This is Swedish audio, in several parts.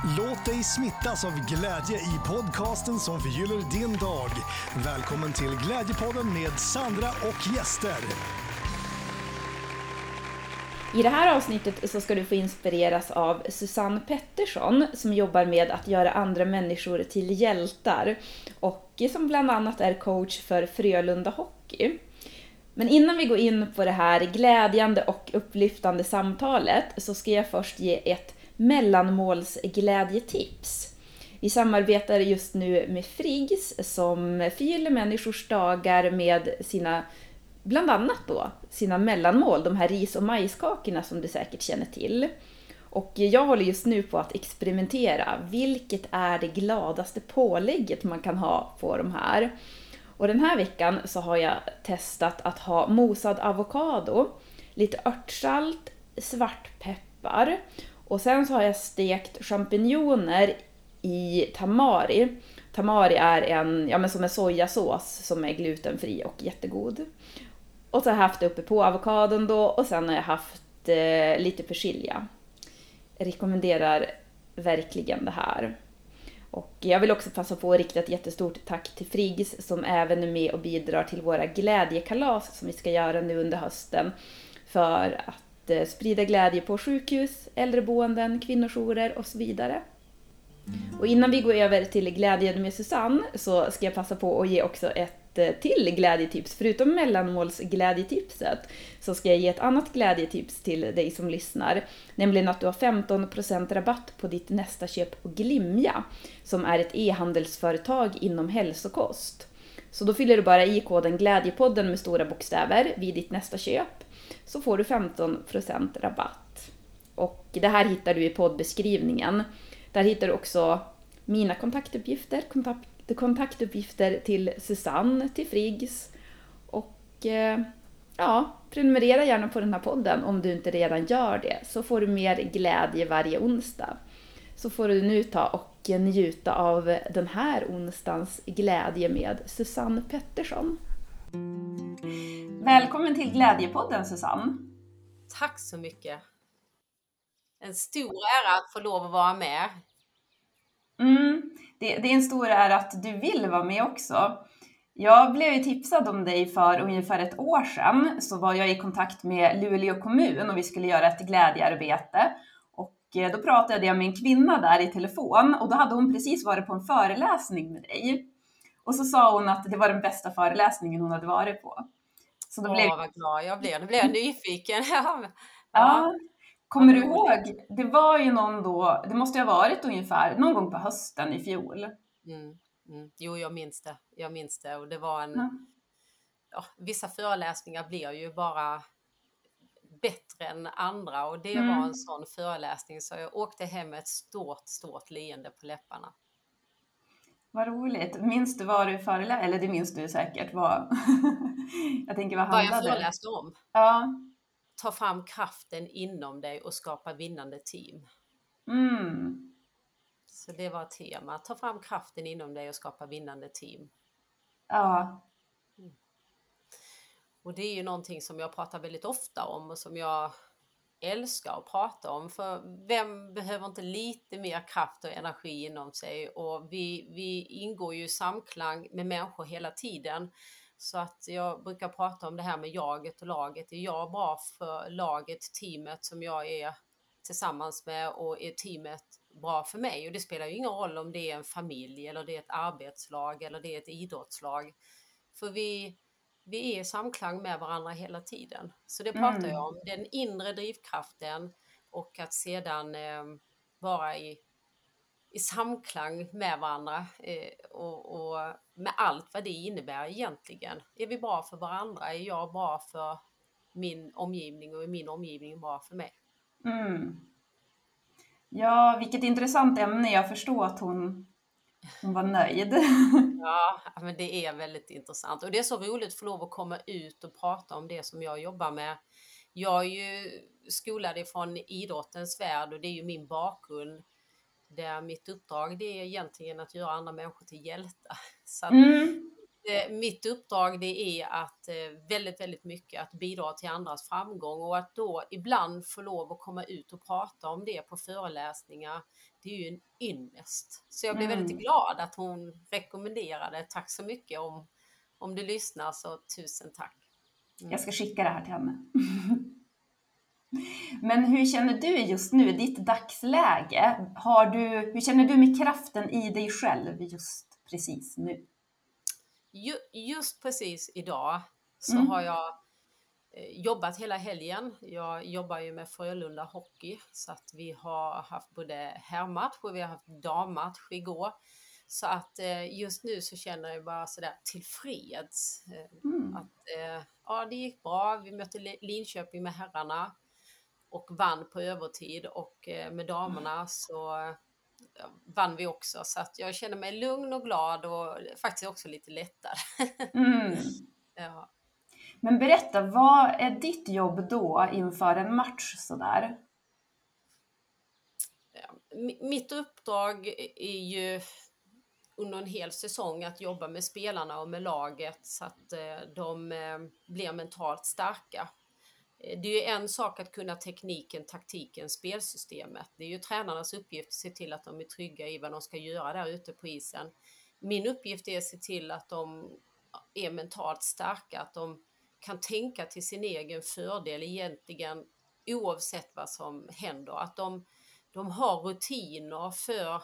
Låt dig smittas av glädje i podcasten som förgyller din dag. Välkommen till Glädjepodden med Sandra och gäster. I det här avsnittet så ska du få inspireras av Susanne Pettersson som jobbar med att göra andra människor till hjältar och som bland annat är coach för Frölunda Hockey. Men innan vi går in på det här glädjande och upplyftande samtalet så ska jag först ge ett mellanmålsglädjetips. Vi samarbetar just nu med Friggs som förgyller människors dagar med sina, bland annat då, sina mellanmål, de här ris- och majskakorna som du säkert känner till. Och jag håller just nu på att experimentera. Vilket är det gladaste pålägget man kan ha på de här? Och den här veckan så har jag testat att ha mosad avokado, lite örtsalt, svartpeppar och sen så har jag stekt champinjoner i tamari. Tamari är som en sojasås som är glutenfri och jättegod. Och så har jag haft det uppe på avokadon då och sen har jag haft lite persilja. Jag rekommenderar verkligen det här. Och jag vill också passa på att rikta ett jättestort tack till Friggs som även är med och bidrar till våra glädjekalas som vi ska göra nu under hösten för att sprida glädje på sjukhus, äldreboenden, kvinnojourer och så vidare. Och innan vi går över till glädjen med Susanne så ska jag passa på att ge också ett till glädjetips. Förutom mellanmålsglädjetipset så ska jag ge ett annat glädjetips till dig som lyssnar. Nämligen att du har 15% rabatt på ditt nästa köp på Glimja som är ett e-handelsföretag inom hälsokost. Så då fyller du bara i koden Glädjepodden med stora bokstäver vid ditt nästa köp så får du 15% rabatt. Och det här hittar du i poddbeskrivningen. Där hittar du också mina kontaktuppgifter till Susanne, till Friggs. Och prenumerera gärna på den här podden om du inte redan gör det. Så får du mer glädje varje onsdag. Så får du nu ta och njuta av den här onsdagens glädje med Susanne Pettersson. Välkommen till Glädjepodden, Susanne. Tack så mycket. En stor ära att få lov att vara med. Det är en stor ära att du vill vara med också. Jag blev ju tipsad om dig för ungefär ett år sedan. Så var jag i kontakt med Luleå kommun och vi skulle göra ett glädjearbete. Och då pratade jag med en kvinna där i telefon och då hade hon precis varit på en föreläsning med dig. Och så sa hon att det var den bästa föreläsningen hon hade varit på. Så då vad glad jag blev. Nu blev jag nyfiken. Ja. Kommer du ihåg? Det var ju det måste ha varit ungefär någon gång på hösten i fjol. Jo, jag minns det. Och det var vissa föreläsningar blir ju bara bättre än andra. Och det var en sån föreläsning så jag åkte hem med ett stort leende på läpparna. Vad roligt. Minns du vad du föreläste? Eller det minns du säkert. Jag tänker vad handlade jag föreläste om? Ja. Ta fram kraften inom dig och skapa vinnande team. Så det var tema. Ta fram kraften inom dig och skapa vinnande team. Ja. Och det är ju någonting som jag pratar väldigt ofta om och som jag älskar att prata om. För vem behöver inte lite mer kraft och energi inom sig? Och vi ingår ju i samklang med människor hela tiden. Så att jag brukar prata om det här med jaget och laget. Är jag bra för laget, teamet som jag är tillsammans med och är teamet bra för mig? Och det spelar ju ingen roll om det är en familj eller det är ett arbetslag eller det är ett idrottslag. För vi är i samklang med varandra hela tiden. Så det pratar jag om. Den inre drivkraften och att sedan vara i samklang med varandra och med allt vad det innebär egentligen. Är vi bra för varandra? Är jag bra för min omgivning och är min omgivning bra för mig? Ja, vilket intressant ämne. Jag förstår att hon var nöjd. Ja, men det är väldigt intressant. Och det är så roligt att få lov att komma ut och prata om det som jag jobbar med. Jag är ju skolad ifrån idrottens värld och det är ju min bakgrund. Där mitt uppdrag det är egentligen att göra andra människor till hjältar. Så att mitt uppdrag det är att väldigt, väldigt mycket att bidra till andras framgång, och att då ibland få lov att komma ut och prata om det på föreläsningar, det är ju en ynnest. Så jag blev väldigt glad att hon rekommenderade. Tack så mycket, om du lyssnar, så tusen tack. Jag ska skicka det här till henne. Men hur känner du just nu, ditt dagsläge? Hur känner du med kraften i dig själv just precis nu? Just precis idag så har jag jobbat hela helgen. Jag jobbar ju med Frölunda Hockey, så att vi har haft både herrmatch och vi har haft dammatch igår. Så att just nu så känner jag bara sådär tillfreds. Att det gick bra. Vi mötte Linköping med herrarna och vann på övertid, och med damerna så vann vi också. Så att jag känner mig lugn och glad och faktiskt också lite lättare. Ja. Men berätta, vad är ditt jobb då inför en match sådär? Mitt uppdrag är ju under en hel säsong att jobba med spelarna och med laget så att de blir mentalt starka. Det är ju en sak att kunna tekniken, taktiken, spelsystemet. Det är ju tränarnas uppgift att se till att de är trygga i vad de ska göra där ute på isen. Min uppgift är att se till att de är mentalt starka, att de kan tänka till sin egen fördel egentligen oavsett vad som händer. Att de har rutiner för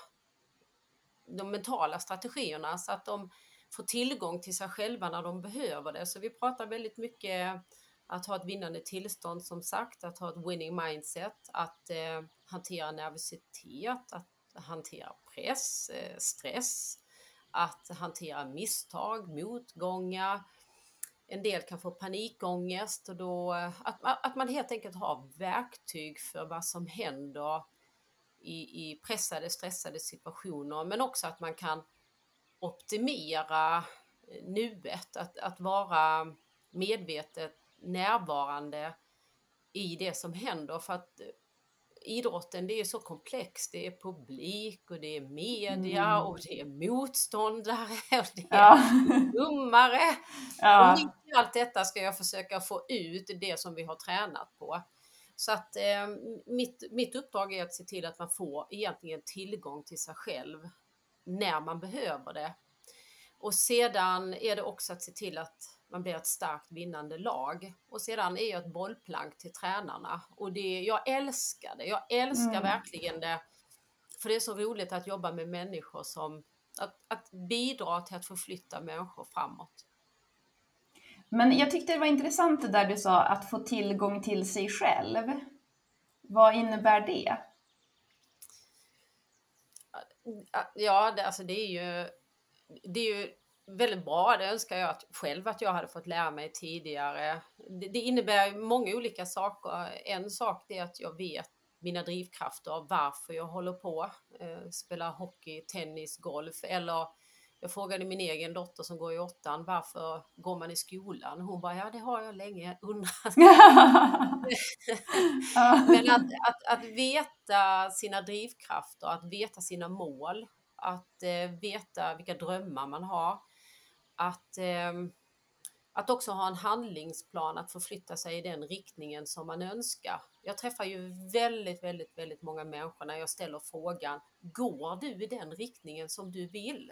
de mentala strategierna så att de får tillgång till sig själva när de behöver det. Så vi pratar väldigt mycket att ha ett vinnande tillstånd, som sagt, att ha ett winning mindset, att hantera nervositet, att hantera press, stress, att hantera misstag, motgångar. En del kan få panikångest, och då att man helt enkelt har verktyg för vad som händer i pressade, stressade situationer, men också att man kan optimera nuet, att vara medvetet närvarande i det som händer, för att idrotten, det är så komplext. Det är publik och det är media och det är motståndare och det är domare. Och mitt i allt detta ska jag försöka få ut det som vi har tränat på. Så att mitt uppdrag är att se till att man får egentligen tillgång till sig själv när man behöver det. Och sedan är det också att se till att man blir ett starkt vinnande lag. Och sedan är jag ett bollplank till tränarna. Och jag älskar det. Jag älskar verkligen det. För det är så roligt att jobba med människor som att bidra till att förflytta människor framåt. Men jag tyckte det var intressant det där du sa, att få tillgång till sig själv. Vad innebär det? Ja, det är ju väldigt bra. Det önskar jag själv att jag hade fått lära mig tidigare. Det innebär många olika saker. En sak är att jag vet mina drivkrafter, varför jag håller på. Spelar hockey, tennis, golf. Eller jag frågade min egen dotter som går i 8:an, varför går man i skolan? Hon bara, ja det har jag länge undrat. Men att veta sina drivkrafter, att veta sina mål, att veta vilka drömmar man har, att också ha en handlingsplan, att förflytta sig i den riktningen som man önskar. Jag träffar ju väldigt, väldigt, väldigt många människor när jag ställer frågan, går du i den riktningen som du vill?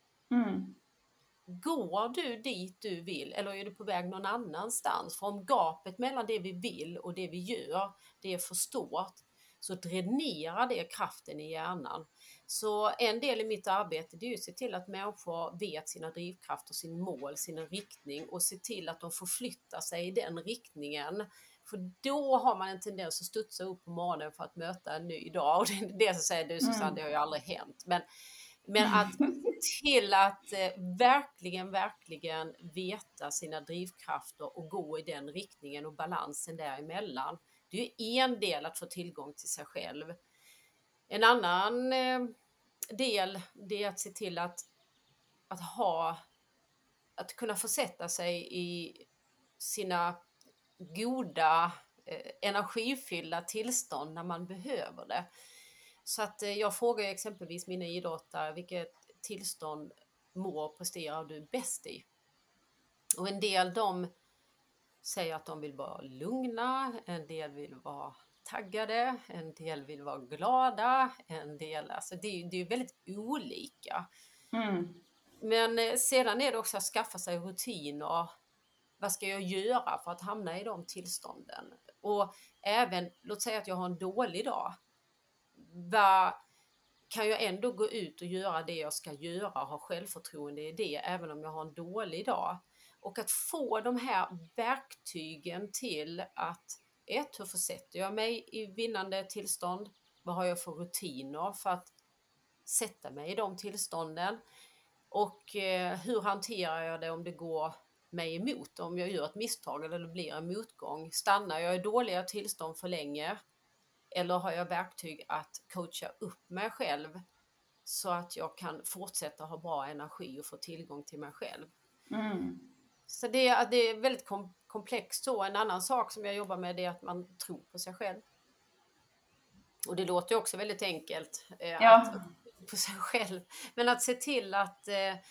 Går du dit du vill, eller är du på väg någon annanstans? För om gapet mellan det vi vill och det vi gör, det är för stort, så dränerar det kraften i hjärnan. Så en del i mitt arbete, det är ju att se till att människor vet sina drivkrafter, sin mål, sin riktning, och se till att de förflyttar sig i den riktningen. För då har man en tendens att studsa upp på morgonen för att möta en ny dag. Och det som säger du, Susanne, det har ju aldrig hänt. Men att till att verkligen veta sina drivkrafter och gå i den riktningen och balansen däremellan. Det är ju en del att få tillgång till sig själv. En annan del, det är att se till att kunna försätta sig i sina goda energifyllda tillstånd när man behöver det. Så att jag frågar exempelvis mina idrottare, vilket tillstånd mår och presterar du bäst i? Och en del de säger att de vill vara lugna, en del vill vara taggade, en del vill vara glada, en del, alltså det är väldigt olika. Men sedan är det också att skaffa sig rutiner. Vad ska jag göra för att hamna i de tillstånden? Och även, låt säga att jag har en dålig dag. Kan jag ändå gå ut och göra det jag ska göra, ha självförtroende i det, även om jag har en dålig dag? Och att få de här verktygen till att, hur försätter jag mig i vinnande tillstånd? Vad har jag för rutiner för att sätta mig i de tillstånden? Och hur hanterar jag det om det går mig emot? Om jag gör ett misstag eller det blir en motgång. Stannar jag i dåliga tillstånd för länge? Eller har jag verktyg att coacha upp mig själv så att jag kan fortsätta ha bra energi och få tillgång till mig själv? Så det är väldigt komplext så. En annan sak som jag jobbar med är att man tror på sig själv. Och det låter ju också väldigt enkelt att på sig själv. Men att se till att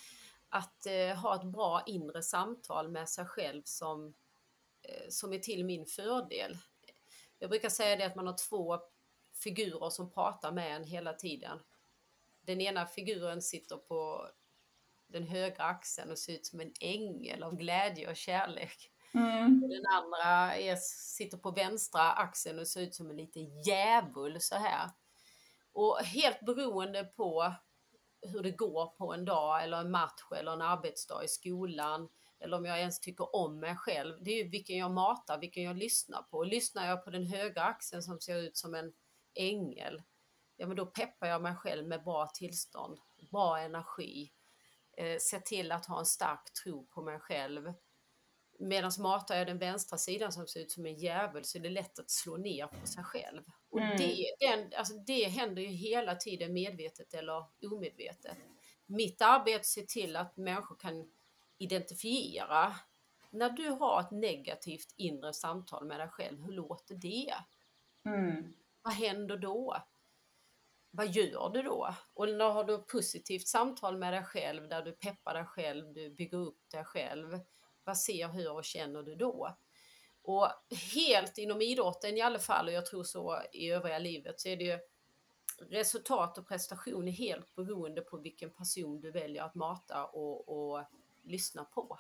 ha ett bra inre samtal med sig själv som är till min fördel. Jag brukar säga det att man har 2 figurer som pratar med en hela tiden. Den ena figuren sitter på den högra axeln och ser ut som en ängel av glädje och kärlek. Och den andra sitter på vänstra axeln och ser ut som en liten djävul så här. Och helt beroende på hur det går på en dag eller en match eller en arbetsdag i skolan, eller om jag ens tycker om mig själv, det är ju vilken jag matar, vilken jag lyssnar på. Och lyssnar jag på den högra axeln som ser ut som en ängel, ja men då peppar jag mig själv med bra tillstånd, bra energi, se till att ha en stark tro på mig själv. Medan matar jag den vänstra sidan som ser ut som en djävul, så är det lätt att slå ner på sig själv. Och det händer ju hela tiden, medvetet eller omedvetet. Mitt arbete ser till att människor kan identifiera när du har ett negativt inre samtal med dig själv. Hur låter det? Vad händer då? Vad gör du då? Och när har du ett positivt samtal med dig själv, där du peppar dig själv, du bygger upp dig själv, vad ser, hur och känner du då? Och helt inom idrotten i alla fall, och jag tror så i övriga livet, så är det ju resultat och prestation är helt beroende på vilken person du väljer att mata och lyssna på.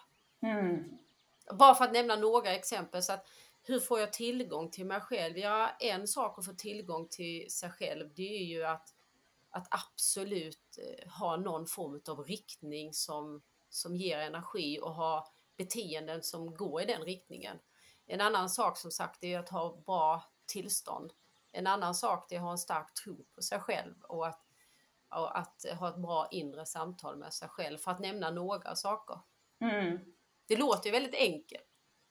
Bara för att nämna några exempel. Så att, hur får jag tillgång till mig själv? Ja, en sak att få tillgång till sig själv, det är ju att absolut ha någon form av riktning som ger energi och ha beteenden som går i den riktningen. En annan sak som sagt är att ha bra tillstånd. En annan sak är att ha en stark tro på sig själv och att ha ett bra inre samtal med sig själv, för att nämna några saker. Det låter ju väldigt enkelt.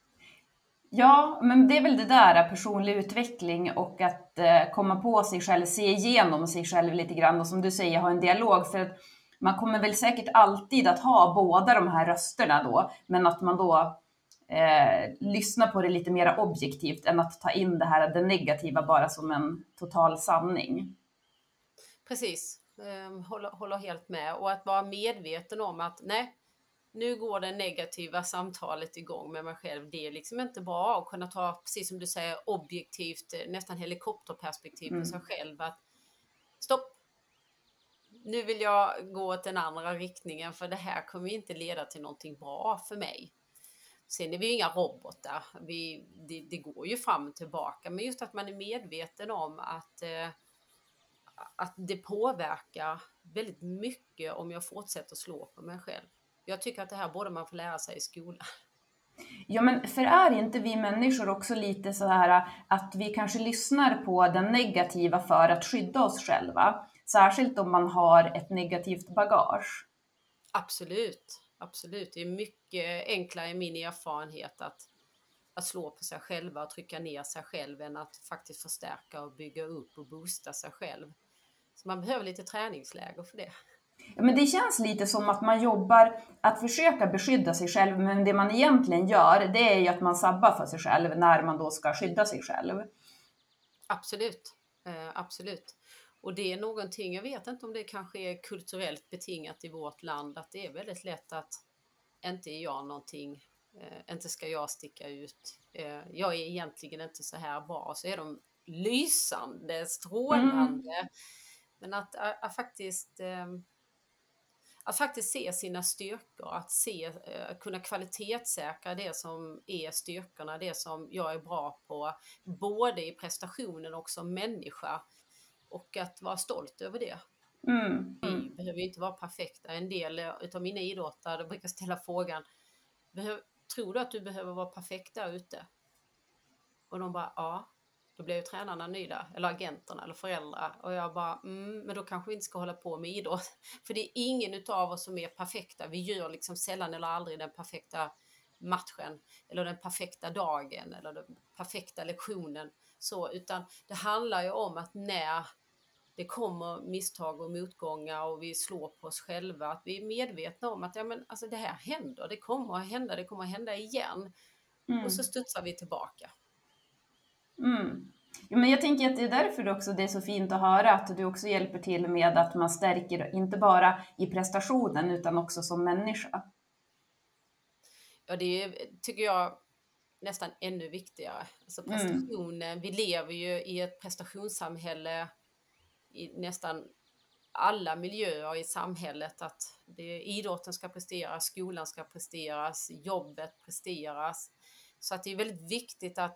Ja, men det är väl det där, personlig utveckling och att komma på sig själv, se igenom sig själv lite grann och som du säger, ha en dialog. För att man kommer väl säkert alltid att ha båda de här rösterna då, men att man då lyssnar på det lite mer objektivt än att ta in det negativa bara som en total sanning. Precis, håller helt med. Och att vara medveten om att nej, nu går det negativa samtalet igång med mig själv. Det är liksom inte bra att kunna ta, precis som du säger, objektivt, nästan helikopterperspektiv på sig själv. Att stopp, nu vill jag gå åt den andra riktningen, för det här kommer inte leda till någonting bra för mig. Sen är vi ju inga robotar. Det går ju fram och tillbaka. Men just att man är medveten om att det påverkar väldigt mycket om jag fortsätter slå på mig själv. Jag tycker att det här borde man få lära sig i skolan. Ja, men för är inte vi människor också lite så här att vi kanske lyssnar på den negativa för att skydda oss själva? Särskilt om man har ett negativt bagage. Absolut. Det är mycket enklare i min erfarenhet att slå på sig själva och trycka ner sig själv än att faktiskt förstärka och bygga upp och boosta sig själv. Så man behöver lite träningsläger för det. Ja, men det känns lite som att man jobbar att försöka beskydda sig själv, men det man egentligen gör, det är ju att man sabbar för sig själv när man då ska skydda sig själv. Absolut. Och det är någonting, jag vet inte om det kanske är kulturellt betingat i vårt land, att det är väldigt lätt att inte göra någonting Inte ska jag sticka ut. Jag är egentligen inte så här bra. Så är de lysande, strålande. Men att faktiskt se sina styrkor, att kunna kvalitetssäkra det som är styrkorna, det som jag är bra på, både i prestationen och som människa, och att vara stolt över det. Vi behöver ju inte vara perfekta. En del av mina idrottare brukar ställa frågan, tror du att du behöver vara perfekt där ute? Och de bara, ja. Då blir ju tränarna nöjda, eller agenterna eller föräldrar. Och jag bara, men då kanske vi inte ska hålla på med idrott. För det är ingen utav oss som är perfekta. Vi gör liksom sällan eller aldrig den perfekta matchen, eller den perfekta dagen, eller den perfekta lektionen. Så, utan det handlar ju om att när det kommer misstag och motgångar och vi slår på oss själva, att vi är medvetna om att alltså det här händer, det kommer att hända igen. Och så studsar vi tillbaka. Ja, men jag tänker att det är därför också det är så fint att höra att du också hjälper till med att man stärker inte bara i prestationen utan också som människa. Ja, det tycker jag nästan ännu viktigare. Alltså prestationen, vi lever ju i ett prestationssamhälle i nästan alla miljöer i samhället, att idrotten ska presteras, skolan ska presteras, jobbet presteras. Så att det är väldigt viktigt att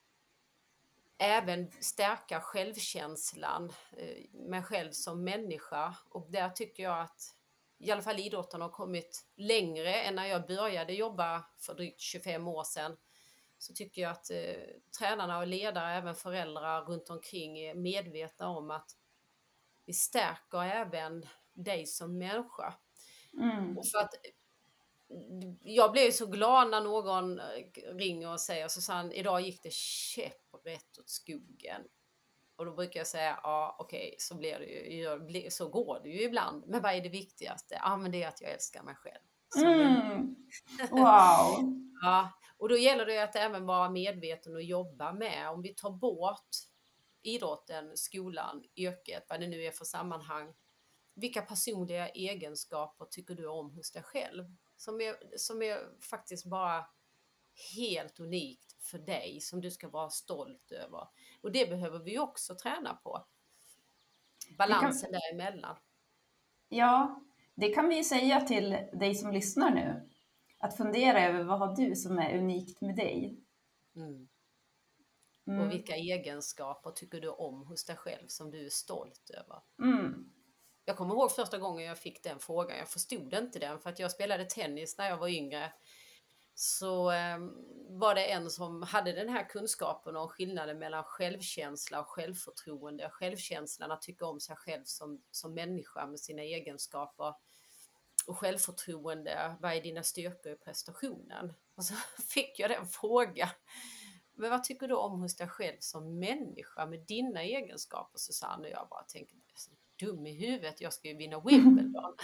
även stärka självkänslan med själv som människa. Och där tycker jag att i alla fall idrotten har kommit längre än när jag började jobba för drygt 25 år sedan. Så tycker jag att tränarna och ledare, även föräldrar runt omkring, är medvetna om att vi stärker även dig som människa. Och för att jag blev så glad när någon ringer och säger, Susanne, idag gick det käpprätt åt skogen. Och då brukar jag säga, ja okej, så blir det ju, så går det ju ibland. Men vad är det viktigaste? Ja, men det är att jag älskar mig själv. Wow! Ja, och då gäller det att även vara medveten och jobba med, om vi tar bort idrotten, skolan, yrket, vad det nu är för sammanhang. Vilka personliga egenskaper tycker du om hos dig själv? Som är faktiskt bara helt unikt för dig, som du ska vara stolt över. Och det behöver vi också träna på. Balansen däremellan. Ja, det kan vi ju säga till dig som lyssnar nu. Att fundera över vad har du som är unikt med dig. Och vilka egenskaper tycker du om hos dig själv som du är stolt över. Jag kommer ihåg första gången jag fick den frågan. Jag förstod inte den, för att jag spelade tennis när jag var yngre. Så var det en som hade den här kunskapen om skillnaden mellan självkänsla och självförtroende. Självkänslan, att tycka om sig själv som människa med sina egenskaper. Och självförtroende, vad är dina styrkor i prestationen? Och så fick jag den frågan. Men vad tycker du om hos dig själv som människa med dina egenskaper, Susanne? Och jag bara tänkte, jag är så dum i huvudet, jag ska ju vinna Wimbledon.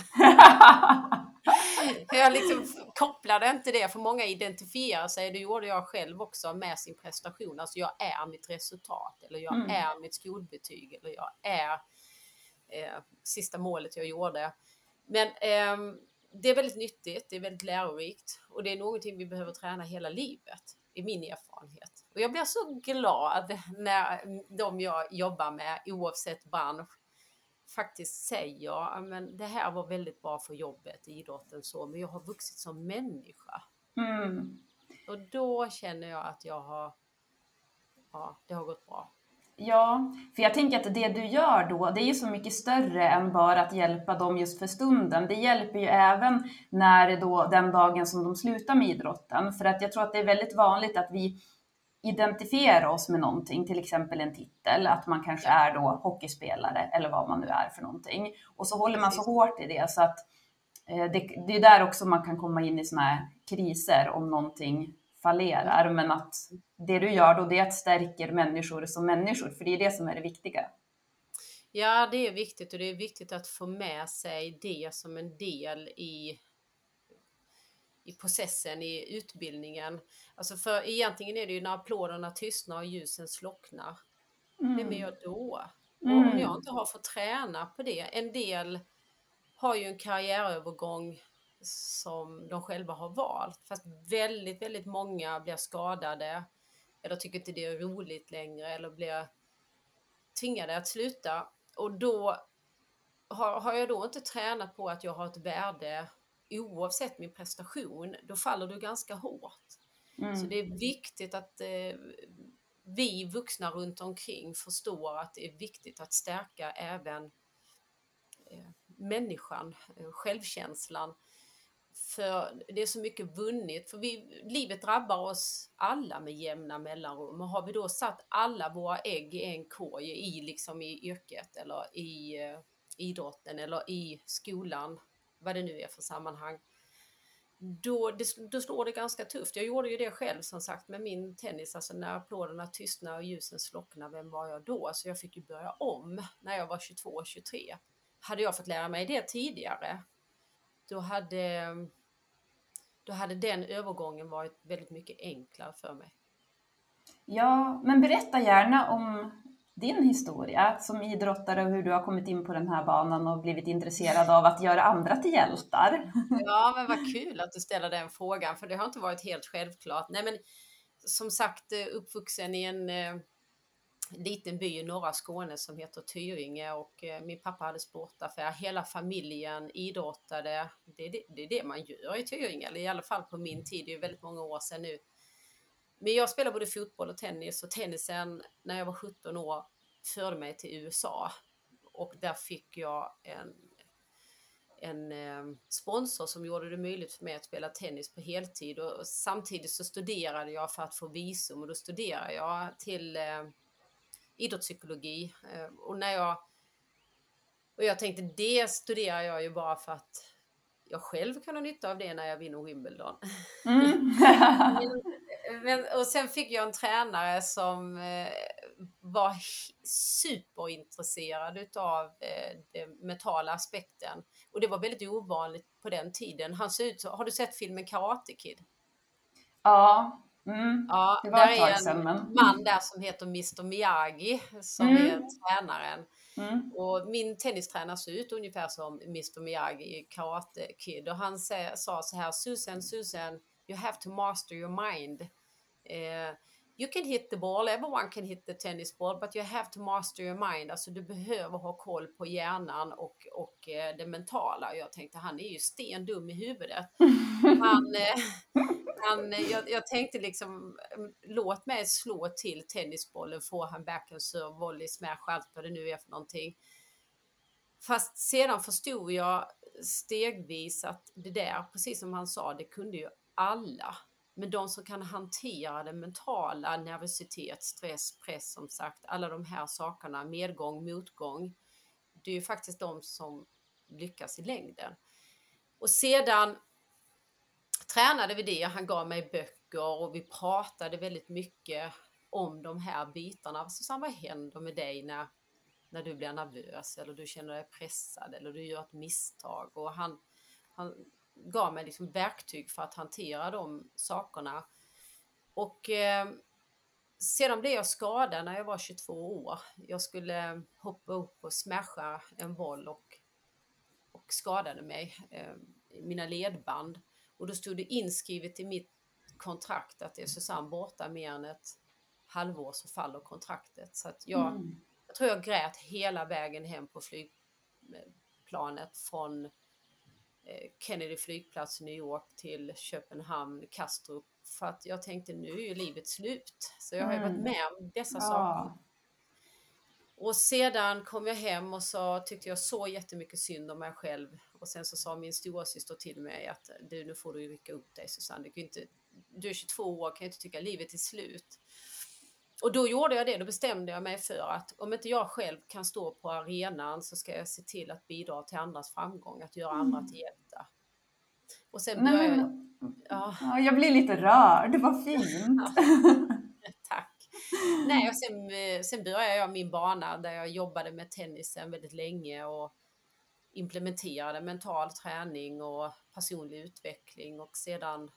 Jag liksom kopplade inte det, för många identifierar sig, det gjorde jag själv också, med sin prestation. Alltså jag är mitt resultat, eller jag är mitt skolbetyg, eller jag är sista målet jag gjorde. Men det är väldigt nyttigt, det är väldigt lärorikt, och det är någonting vi behöver träna hela livet, i min erfarenhet. Och jag blir så glad när de jag jobbar med, oavsett bransch, faktiskt säger, men det här var väldigt bra för jobbet, idrotten så, men jag har vuxit som människa. Och då känner jag att det har gått bra. Ja, för jag tänker att det du gör då, det är ju så mycket större än bara att hjälpa dem just för stunden. Det hjälper ju även när då den dagen som de slutar med idrotten. För att jag tror att det är väldigt vanligt att vi identifierar oss med någonting, till exempel en titel, att man kanske är då hockeyspelare eller vad man nu är för någonting. Och så håller man så hårt i det, så att det är där också man kan komma in i såna här kriser om någonting fallerar. Men att det du gör då, det är att stärka människor som människor, för det är det som är det viktiga. Ja, det är viktigt, och det är viktigt att få med sig det som en del i processen, i utbildningen. Alltså för egentligen är det ju när applåderna tystnar och ljusen slocknar. Vem är jag då? Och om jag inte har fått träna på det. En del har ju en karriärövergång som de själva har valt. Fast väldigt, väldigt många blir skadade eller tycker inte det är roligt längre eller blir tvingade att sluta. Och då har jag då inte tränat på att jag har ett värde oavsett min prestation, då faller du ganska hårt. Så det är viktigt att vi vuxna runt omkring förstår att det är viktigt att stärka även människan, självkänslan. För det är så mycket vunnet, för livet drabbar oss alla med jämna mellanrum. Och har vi då satt alla våra ägg i en korg i yrket eller i idrotten eller i skolan, vad det nu är för sammanhang, då slår det ganska tufft. Jag gjorde ju det själv som sagt med min tennis, alltså när applåderna tystnade och ljusen slocknade, vem var jag då? Så jag fick ju börja om när jag var 22-23. Hade jag fått lära mig det tidigare, då hade den övergången varit väldigt mycket enklare för mig. Ja, men berätta gärna om din historia som idrottare och hur du har kommit in på den här banan och blivit intresserad av att göra andra till hjältar. Ja, men vad kul att du ställer den frågan, för det har inte varit helt självklart. Nej, men som sagt, uppvuxen i en liten by i norra Skåne som heter Tyringe, och min pappa hade sportaffär. Hela familjen idrottade. Det är det man gör i Tyringe, eller i alla fall på min tid. Det är väldigt många år sedan nu. Men jag spelade både fotboll och tennis, och tennisen när jag var 17 år förde mig till USA. Och där fick jag en sponsor som gjorde det möjligt för mig att spela tennis på heltid. Och samtidigt så studerade jag för att få visum, och då studerade jag till idrottspsykologi. Och jag tänkte, det studerar jag ju bara för att jag själv kan ha nytta av det när jag vinner Wimbledon. Och sen fick jag en tränare som var superintresserad utav den mentala aspekten. Och det var väldigt ovanligt på den tiden. Han ser ut så, har du sett filmen Karate Kid? Ja, Ja, det var ett tag där är sedan. en man där som heter Mr. Miyagi som är tränaren. Och min tennistränare ser ut ungefär som Mr. Miyagi i Karate Kid. Och han sa så här: Susan, you have to master your mind. You can hit the ball, everyone can hit the tennis ball, but you have to master your mind. Alltså du behöver ha koll på hjärnan och det mentala. Jag tänkte, han är ju stendum i huvudet. Jag tänkte liksom, låt mig slå till tennisbollen, få han backhand serve, volley, smash, allt vad det nu är för någonting. Fast sedan förstod jag stegvis att det där, precis som han sa, det kunde ju alla. Men de som kan hantera den mentala, nervositet, stress, press, som sagt, alla de här sakerna, medgång, motgång, det är ju faktiskt de som lyckas i längden. Och sedan tränade vi det, han gav mig böcker och vi pratade väldigt mycket om de här bitarna. Så vad händer med dig när du blir nervös eller du känner dig pressad eller du gör ett misstag? Och han gav mig liksom verktyg för att hantera de sakerna. Och sedan blev jag skadad när jag var 22 år. Jag skulle hoppa upp och smasha en boll och skadade mig i mina ledband. Och då stod det inskrivet i mitt kontrakt att det är Susanne borta mer än ett halvår så faller kontraktet. Så att jag tror jag grät hela vägen hem på flygplanet från Kennedy flygplats i New York till Köpenhamn, Kastrup. För att jag tänkte, nu är ju livet slut. Så jag har ju varit med om dessa saker. Och sedan kom jag hem och så tyckte jag så jättemycket synd om mig själv. Och sen så sa min stora syster till mig att nu får du rycka upp dig, Susanne. Du är 22 år, kan inte tycka livet är slut. Och då gjorde jag det, då bestämde jag mig för att om inte jag själv kan stå på arenan så ska jag se till att bidra till andras framgång, att göra andra till hjältar. Och sen började Ja, jag blir lite rörd, det var fint. Tack. Nej, och sen började jag min bana där jag jobbade med tennisen väldigt länge och implementerade mental träning och personlig utveckling, och sedan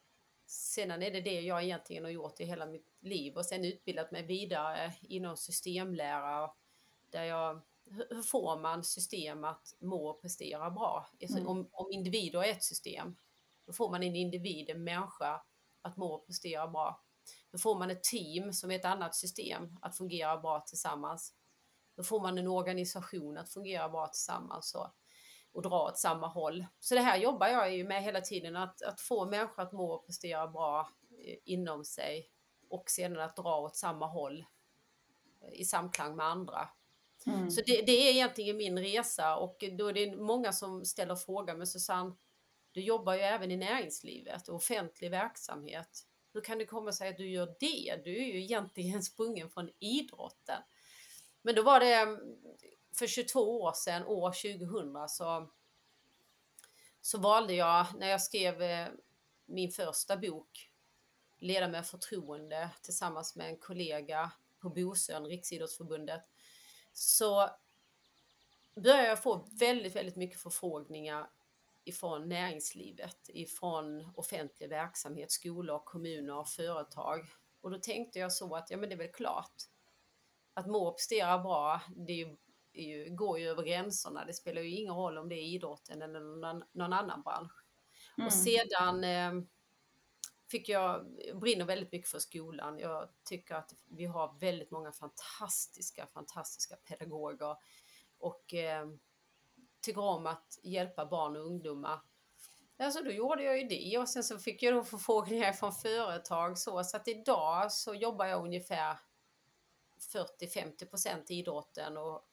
är det jag egentligen har gjort i hela mitt liv, och sen utbildat mig vidare inom systemlära där jag hur får man system att må och prestera bra? Alltså, om individer är ett system, då får man en individ, en människa, att må och prestera bra. Då får man ett team som är ett annat system att fungera bra tillsammans. Då får man en organisation att fungera bra tillsammans och dra åt samma håll. Så det här jobbar jag ju med hela tiden, att få människor att må och prestera bra inom sig och sedan att dra åt samma håll i samklang med andra. Så det är egentligen min resa, och då är det många som ställer frågan, men Susanne, du jobbar ju även i näringslivet och offentlig verksamhet. Hur kan det komma sig att du gör det? Du är ju egentligen sprungen från idrotten. Men då var det för 22 år sedan, år 2000, så valde jag, när jag skrev min första bok, Leda med förtroende, tillsammans med en kollega på Bosön, Riksidrottsförbundet, så började jag få väldigt, väldigt mycket förfrågningar ifrån näringslivet, ifrån offentlig verksamhet, skolor, kommuner och företag. Och då tänkte jag så att men det är väl klart att må och prestera bra, går ju över gränserna. Det spelar ju ingen roll om det är idrotten eller någon annan bransch. Och sedan brinner väldigt mycket för skolan. Jag tycker att vi har väldigt många fantastiska pedagoger och tycker om att hjälpa barn och ungdomar. Alltså då gjorde jag ju det, och sen så fick jag då förfrågningar från företag så att idag så jobbar jag ungefär 40-50% i idrotten och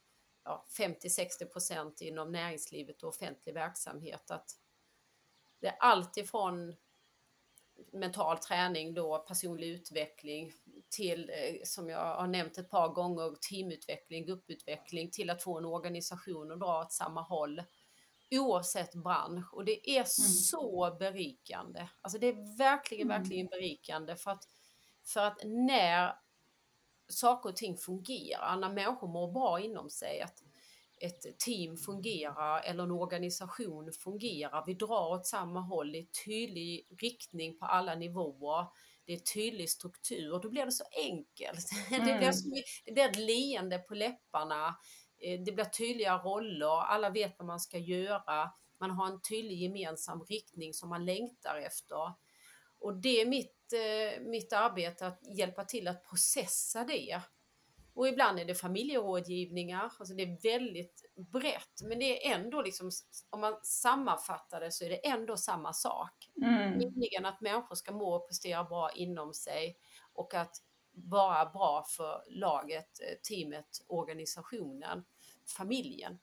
50-60% inom näringslivet och offentlig verksamhet. Att det är allt ifrån mental träning då, personlig utveckling, till, som jag har nämnt ett par gånger, teamutveckling, grupputveckling, till att få en organisation och dra åt samma håll oavsett bransch. Och det är så berikande. Alltså det är verkligen berikande, för att när saker och ting fungerar, när människor mår bra inom sig, att ett team fungerar eller en organisation fungerar, vi drar åt samma håll, det är tydlig riktning på alla nivåer, det är tydlig struktur, då blir det så enkelt. Det blir ett leende på läpparna, det blir tydliga roller, alla vet vad man ska göra, man har en tydlig gemensam riktning som man längtar efter. Och det är mitt arbete att hjälpa till att processa det. Och ibland är det familjerådgivningar, alltså det är väldigt brett, men det är ändå liksom, om man sammanfattar det så är det ändå samma sak. Nämligen att människor ska må och prestera bra inom sig, och att vara bra för laget, teamet, organisationen, familjen.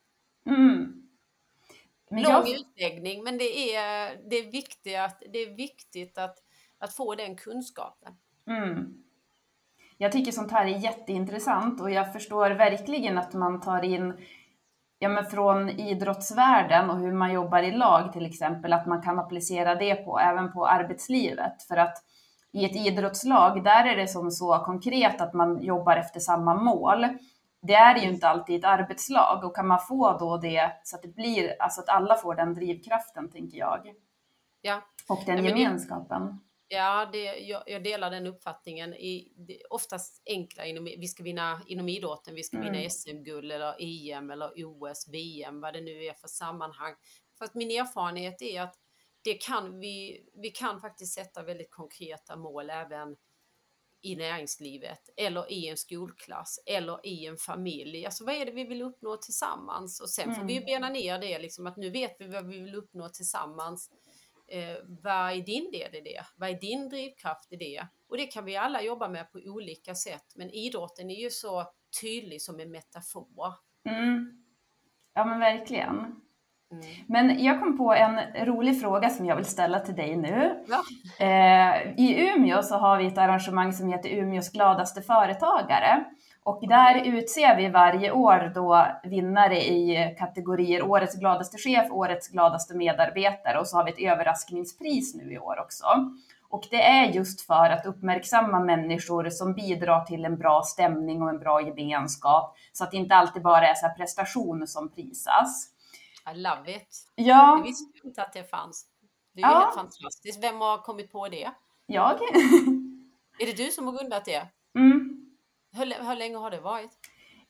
Lång utläggning, men det är viktigt att få den kunskapen. Jag tycker sånt här är jätteintressant, och jag förstår verkligen att man tar in från idrottsvärlden och hur man jobbar i lag till exempel, att man kan applicera det även på arbetslivet. För att i ett idrottslag, där är det som så konkret att man jobbar efter samma mål. Det är ju inte alltid ett arbetslag, och kan man få då det så att det blir, alltså att alla får den drivkraften, tänker jag. Ja. Och den gemenskapen. Ja, jag delar den uppfattningen. Oftast enkla vi ska vinna inom idrotten, vi ska vinna SM-guld eller EM eller OS, VM, vad det nu är för sammanhang. För att min erfarenhet är att vi kan faktiskt sätta väldigt konkreta mål även i näringslivet eller i en skolklass eller i en familj. Alltså vad är det vi vill uppnå tillsammans? Och sen får vi bena ner det, liksom, att nu vet vi vad vi vill uppnå tillsammans. Vad är din del i det? Vad är din drivkraft i det? Och det kan vi alla jobba med på olika sätt. Men idrotten är ju så tydlig som en metafor. Ja, men verkligen. Men jag kom på en rolig fråga som jag vill ställa till dig nu. Ja. I Umeå så har vi ett arrangemang som heter Umeås gladaste företagare. Och där utser vi varje år då vinnare i kategorier Årets gladaste chef, Årets gladaste medarbetare, och så har vi ett överraskningspris nu i år också. Och det är just för att uppmärksamma människor som bidrar till en bra stämning och en bra gemenskap, så att det inte alltid bara är så här prestation som prisas. I love it. Ja. Jag visste inte att det fanns. Det är ju helt fantastiskt. Vem har kommit på det? Jag. Är det du som har grundat det? Hur länge har det varit?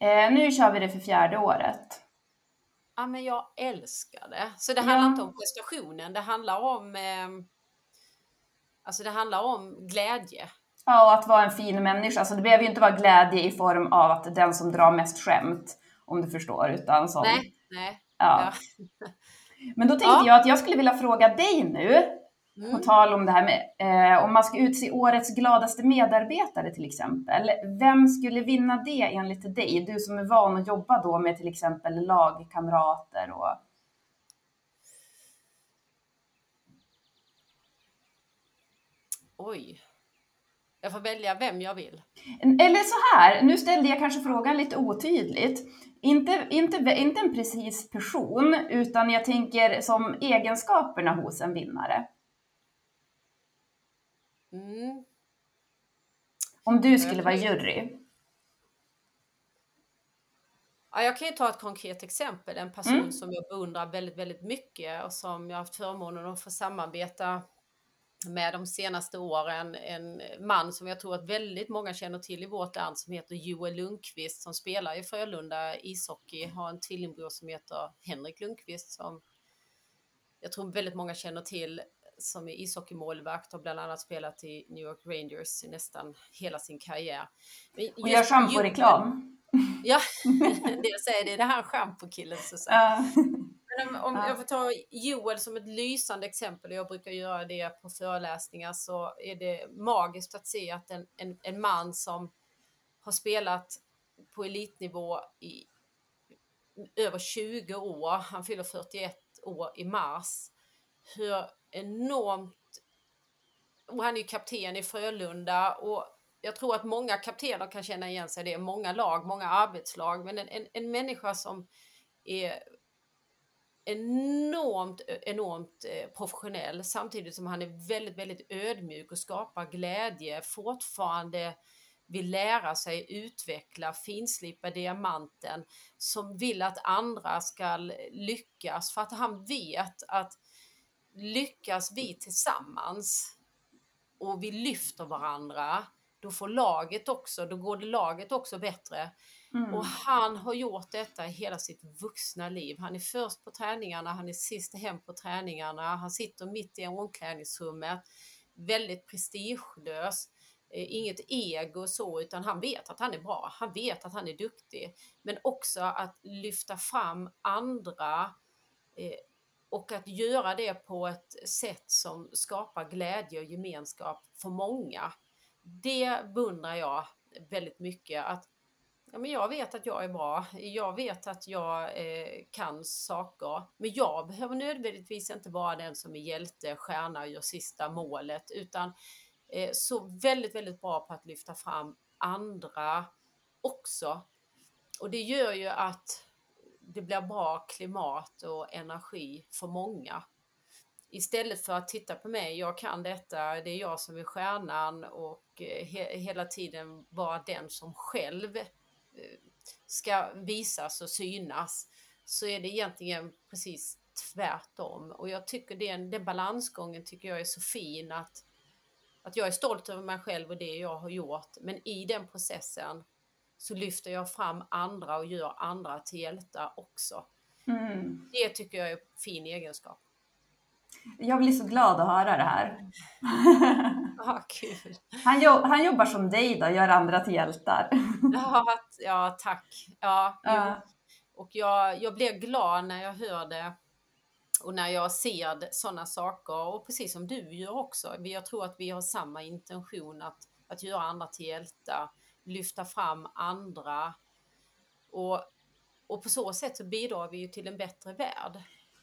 Nu kör vi det för 4:e året. Ja, men jag älskar det. Så det handlar inte om prestationen, det handlar om det handlar om glädje. Ja, och att vara en fin människa. Alltså det behöver ju inte vara glädje i form av att den som drar mest skämt, om du förstår, utan som... Nej. Ja. Men då tänkte jag att jag skulle vilja fråga dig nu, på tal om det här med om man ska utse årets gladaste medarbetare till exempel. Vem skulle vinna det enligt dig? Du som är van att jobba då med till exempel lagkamrater och... Oj. Jag får välja vem jag vill. Eller så här, nu ställde jag kanske frågan lite otydligt. Inte en precis person, utan jag tänker som egenskaperna hos en vinnare. Om du skulle vara jury. Ja, jag kan ju ta ett konkret exempel. En person som jag beundrar väldigt, väldigt mycket och som jag har haft förmånen att få samarbeta med de senaste åren. En man som jag tror att väldigt många känner till i vårt land som heter Joel Lundqvist, som spelar i Frölunda ishockey. Har en tvillingbror som heter Henrik Lundqvist som jag tror väldigt många känner till, som är ishockeymålvakt, har bland annat spelat i New York Rangers i nästan hela sin karriär. Och gör schampo-reklam. Ja, det jag säger, det är det här schampo-killen. Men om jag får ta Joel som ett lysande exempel, och jag brukar göra det på föreläsningar, så är det magiskt att se att en man som har spelat på elitnivå i över 20 år, han fyller 41 år i mars, hur enormt, och han är ju kapten i Frölunda, och jag tror att många kaptener kan känna igen sig, det är många lag, många arbetslag, men en människa som är enormt professionell, samtidigt som han är väldigt, väldigt ödmjuk och skapar glädje, fortfarande vill lära sig, utveckla, finslipa diamanten, som vill att andra ska lyckas, för att han vet att lyckas vi tillsammans och vi lyfter varandra, då går laget också bättre. Och han har gjort detta hela sitt vuxna liv. Han är först på träningarna, han är sist hem på träningarna, han sitter mitt i omklädningsrummet, väldigt prestigelös, inget ego så, utan han vet att han är bra, han vet att han är duktig, men också att lyfta fram andra och att göra det på ett sätt som skapar glädje och gemenskap för många. Det beundrar jag väldigt mycket, att men jag vet att jag är bra, jag vet att jag kan saker, men jag behöver nödvändigtvis inte vara den som är hjälte, stjärna och gör sista målet, utan så väldigt, väldigt bra på att lyfta fram andra också. Och det gör ju att det blir bra klimat och energi för många. Istället för att titta på mig, jag kan detta, det är jag som är stjärnan, och hela tiden vara den som själv ska visas och synas, så är det egentligen precis tvärtom. Och jag tycker den balansgången tycker jag är så fin, att jag är stolt över mig själv och det jag har gjort, men i den processen så lyfter jag fram andra och gör andra till hjältar också. Det tycker jag är en fin egenskap. Jag blir så glad att höra det här. Kul. Han jobbar som dig då, gör andra till hjältar. Ja, tack. Och jag blir glad när jag hör det och när jag ser sådana saker, och precis som du gör också. Jag tror att vi har samma intention att göra andra till hjältar, lyfta fram andra, och på så sätt så bidrar vi ju till en bättre värld.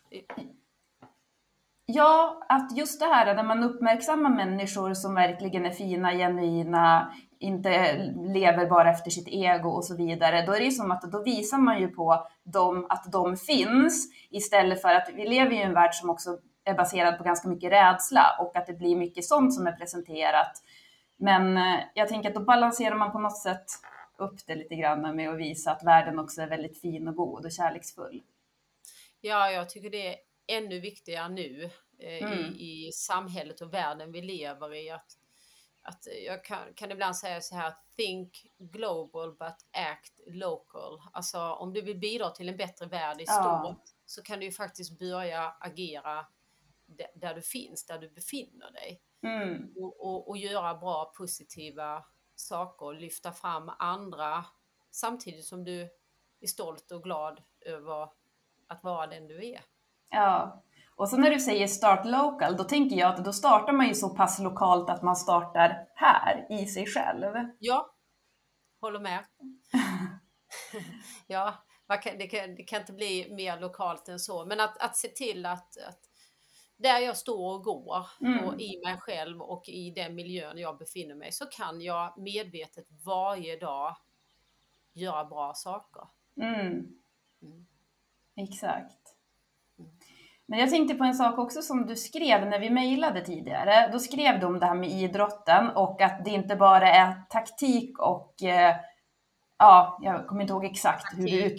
Ja, att just det här när man uppmärksammar människor som verkligen är fina, genuina, inte lever bara efter sitt ego och så vidare, då är det som att då visar man ju på dem att de finns, istället för att vi lever i en värld som också är baserad på ganska mycket rädsla, och att det blir mycket sånt som är presenterat. Men jag tänker att då balanserar man på något sätt upp det lite grann med att visa att världen också är väldigt fin och god och kärleksfull. Ja, jag tycker det är ännu viktigare nu i samhället och världen vi lever i, att att jag kan ibland säga så här: think global but act local. Alltså om du vill bidra till en bättre värld i stort, så kan du ju faktiskt börja agera där du finns, där du befinner dig. Och göra bra, positiva saker och lyfta fram andra, samtidigt som du är stolt och glad över att vara den du är. Ja, och så när du säger start local, då tänker jag att då startar man ju så pass lokalt att man startar här i sig själv. Ja, håller med. Ja, det kan inte bli mer lokalt än så. Men att se till att där jag står och går och i mig själv och i den miljön jag befinner mig, så kan jag medvetet varje dag göra bra saker. Exakt. Men jag tänkte på en sak också som du skrev när vi mejlade tidigare. Då skrev du om det här med idrotten och att det inte bara är taktik och jag kommer inte ihåg exakt hur det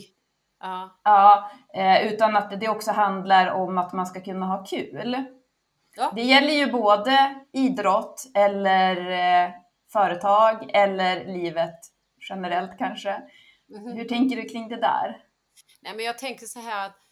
utan att det också handlar om att man ska kunna ha kul. Ja. Det gäller ju både idrott eller företag eller livet generellt kanske. Hur tänker du kring det där? Nej, men jag tänker så här att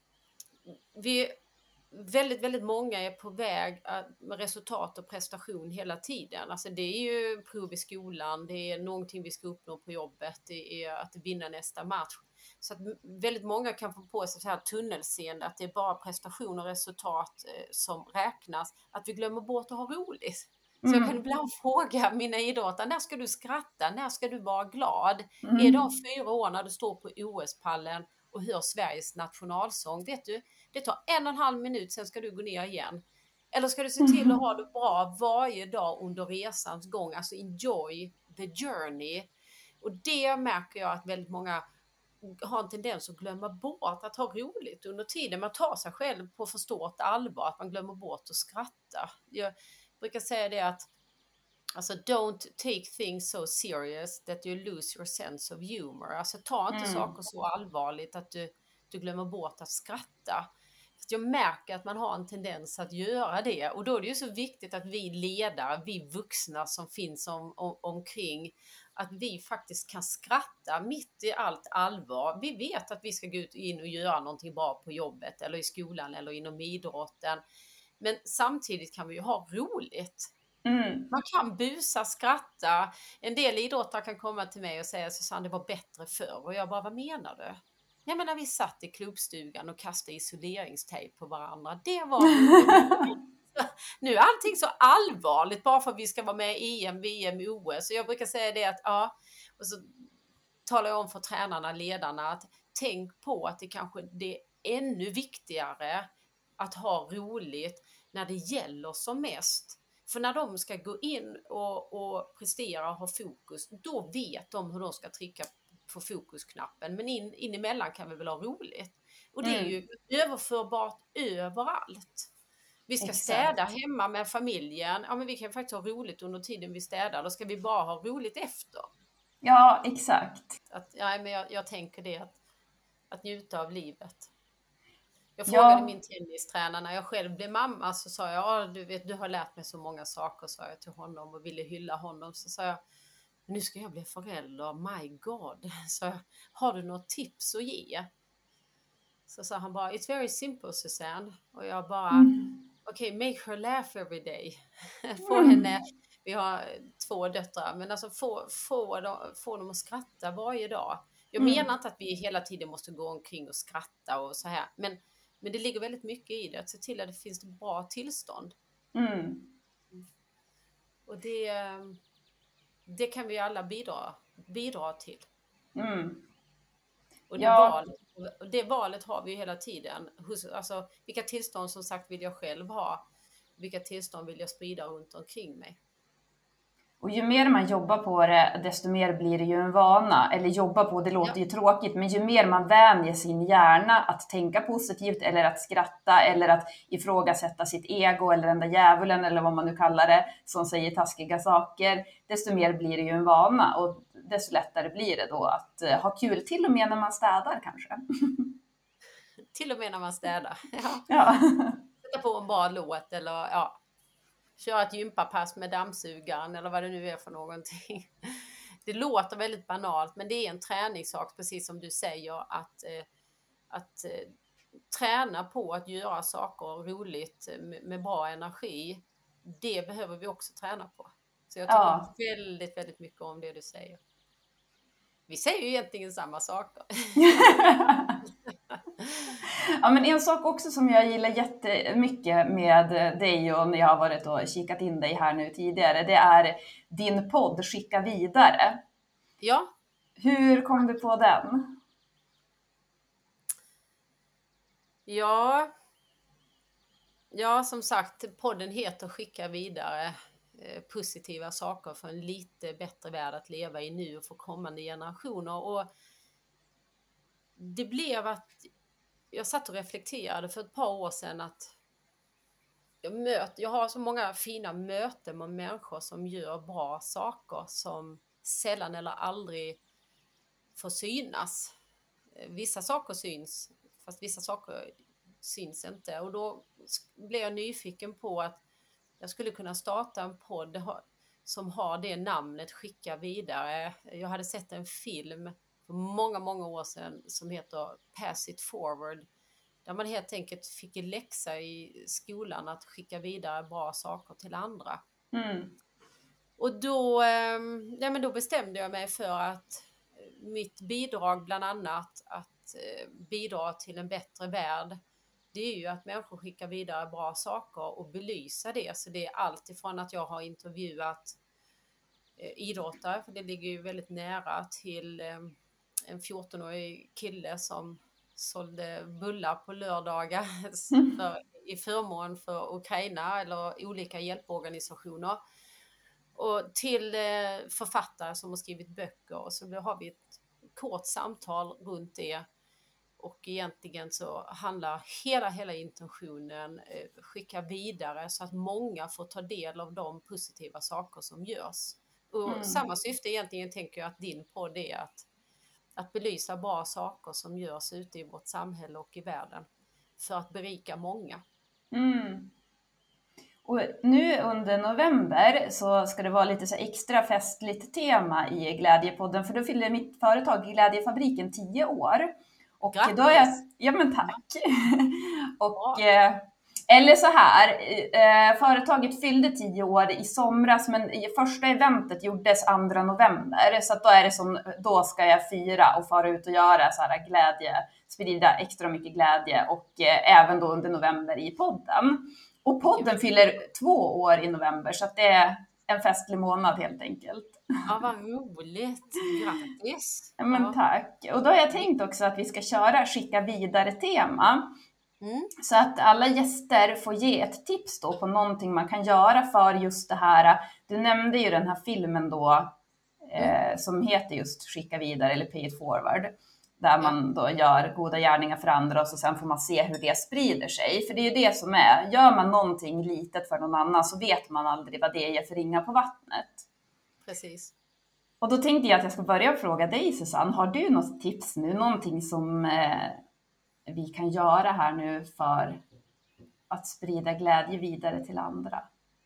väldigt, väldigt många är på väg med resultat och prestation hela tiden. Alltså det är ju prov i skolan, det är någonting vi ska uppnå på jobbet, det är att vinna nästa match. Så att väldigt många kan få på sig så här tunnelseende, att det är bara prestation och resultat som räknas, att vi glömmer bort att ha roligt. Så jag kan ibland fråga mina idrottare: när ska du skratta? När ska du vara glad? Är de 4 år när du står på OS-pallen och hör Sveriges nationalsång? Vet du, det tar 1,5 minut, sen ska du gå ner igen. Eller ska du se till att ha det bra varje dag under resans gång? Alltså enjoy the journey. Och det märker jag att väldigt många har en tendens att glömma bort, att ha roligt under tiden. Man tar sig själv på för stort allvar, att man glömmer bort att skratta. Jag brukar säga det att alltså, don't take things so serious that you lose your sense of humor. Alltså ta inte saker så allvarligt att du glömmer bort att skratta. För jag märker att man har en tendens att göra det. Och då är det ju så viktigt att vi ledare, vi vuxna som finns omkring, att vi faktiskt kan skratta mitt i allt allvar. Vi vet att vi ska gå ut in och göra någonting bra på jobbet eller i skolan eller inom idrotten. Men samtidigt kan vi ju ha roligt. Man kan busa, skratta. En del idrottare kan komma till mig och säga: Susanne, det var bättre förr. Och jag bara: vad menar du? Jag menar, vi satt i klubbstugan och kastade isoleringstejp på varandra. Det var nu är allting så allvarligt bara för att vi ska vara med i EM, VM, OS. Så jag brukar säga det att och så talar jag om för tränarna, ledarna, att tänk på att det är ännu viktigare att ha roligt när det gäller som mest. För när de ska gå in och prestera och ha fokus, då vet de hur de ska trycka på fokusknappen. Men in emellan kan vi väl ha roligt. Och det är ju överförbart överallt. Vi ska städa hemma med familjen. Ja, men vi kan faktiskt ha roligt under tiden vi städar. Då ska vi bara ha roligt efter. Ja, exakt. Men jag tänker det, att njuta av livet. Jag frågade min tennistränare när jag själv blev mamma, så sa jag: du har lärt mig så många saker, sa jag till honom och ville hylla honom. Så sa jag: nu ska jag bli förälder, my god. Så har du något tips att ge? Så sa han bara: it's very simple, Susanne. Och jag bara: okej, make her laugh every day. Få henne, vi har 2 döttrar, men alltså få dem att skratta varje dag. Jag menar inte att vi hela tiden måste gå omkring och skratta och så här, men det ligger väldigt mycket i det, att se till att det finns ett bra tillstånd. Och det kan vi alla bidra till. Och det valet har vi hela tiden. Alltså, vilka tillstånd som sagt vill jag själv ha? Vilka tillstånd vill jag sprida runt omkring mig? Och ju mer man jobbar på det, desto mer blir det ju en vana. Eller jobba på, det låter ju tråkigt, men ju mer man vänjer sin hjärna att tänka positivt eller att skratta eller att ifrågasätta sitt ego eller den där djävulen eller vad man nu kallar det som säger taskiga saker, desto mer blir det ju en vana och desto lättare blir det då att ha kul, till och med när man städar kanske. Till och med när man städar, ja. Sätta på en bra låt eller köra ett gympapass med dammsugaren eller vad det nu är för någonting. Det låter väldigt banalt, men det är en träningssak, precis som du säger, att träna på att göra saker roligt med bra energi. Det behöver vi också träna på. Så jag tycker väldigt, väldigt mycket om det du säger. Vi säger ju egentligen samma saker. Ja, men en sak också som jag gillar jättemycket med dig och när jag har varit och kikat in dig här nu tidigare, det är din podd Skicka vidare. Ja. Hur kom du på den? Ja, som sagt, podden heter Skicka vidare. Positiva saker för en lite bättre värld att leva i nu och för kommande generationer. Och det blev att jag satt och reflekterade för ett par år sedan att jag har så många fina möten med människor som gör bra saker som sällan eller aldrig får synas. Vissa saker syns, fast vissa saker syns inte. Och då blev jag nyfiken på att jag skulle kunna starta en podd som har det namnet, Skicka vidare. Jag hade sett en film för många, många år sedan som heter Pass it forward. Där man helt enkelt fick en läxa i skolan att skicka vidare bra saker till andra. Mm. Och då bestämde jag mig för att mitt bidrag, bland annat att bidra till en bättre värld, det är ju att människor skickar vidare bra saker och belysa det. Så det är allt ifrån att jag har intervjuat idrottare, för det ligger ju väldigt nära, till en 14-årig kille som sålde bullar på lördagar i förmån för Ukraina eller olika hjälporganisationer. Och till författare som har skrivit böcker. Och så har vi ett kort samtal runt det. Och egentligen så handlar hela intentionen skicka vidare så att många får ta del av de positiva saker som görs. Och samma syfte egentligen tänker jag att din podd är att belysa bra saker som görs ute i vårt samhälle och i världen för att berika många. Mm. Och nu under november så ska det vara lite så extra festligt tema i Glädjepodden, för då fyller mitt företag Glädjefabriken 10 år. Och grattis! Då är ja men tack. Och eller så här, företaget fyllde 10 år i somras, men första eventet gjordes 2 november. Så att då är det som, då ska jag fira och fara ut och göra så här glädje, sprida extra mycket glädje, och även då under november i podden. Och podden fyller 2 år i november, så att det är en festlig månad helt enkelt. Ja, vad roligt. Grattis. Ja, men tack. Och då har jag tänkt också att vi ska köra skicka vidare tema. Så att alla gäster får ge ett tips då på någonting man kan göra för just det här. Du nämnde ju den här filmen då som heter just Skicka vidare eller Pay it forward. Där man då gör goda gärningar för andra och så sen får man se hur det sprider sig. För det är ju det som är, gör man någonting litet för någon annan så vet man aldrig vad det ger för ringar på vattnet. Precis. Och då tänkte jag att jag ska börja fråga dig, Susanne. Har du något tips nu? Någonting som vi kan göra här nu för att sprida glädje vidare till andra?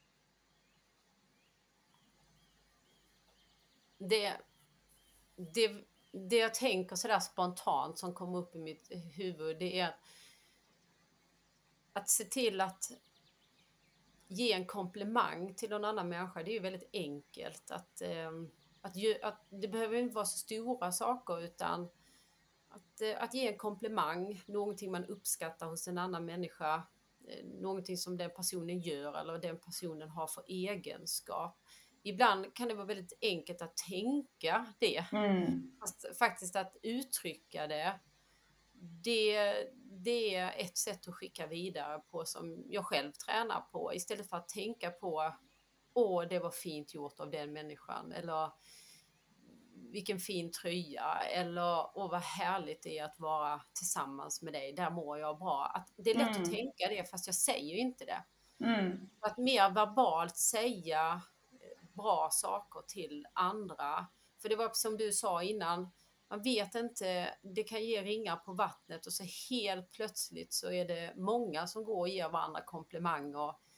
Det jag tänker sådär spontant som kommer upp i mitt huvud, det är att se till att ge en komplimang till någon annan människa. Det är ju väldigt enkelt. Att det behöver inte vara så stora saker, utan att ge en komplimang, någonting man uppskattar hos en annan människa, någonting som den personen gör eller den personen har för egenskap. Ibland kan det vara väldigt enkelt att tänka det. Fast faktiskt att uttrycka det är ett sätt att skicka vidare på som jag själv tränar på. Istället för att tänka på det var fint gjort av den människan, eller vilken fin tröja, eller vad härligt det är att vara tillsammans med dig, där mår jag bra. Att det är lätt att tänka det, fast jag säger inte det. Att mer verbalt säga bra saker till andra. För det var som du sa innan, man vet inte, det kan ge ringar på vattnet och så helt plötsligt så är det många som går och ger varandra komplimanger.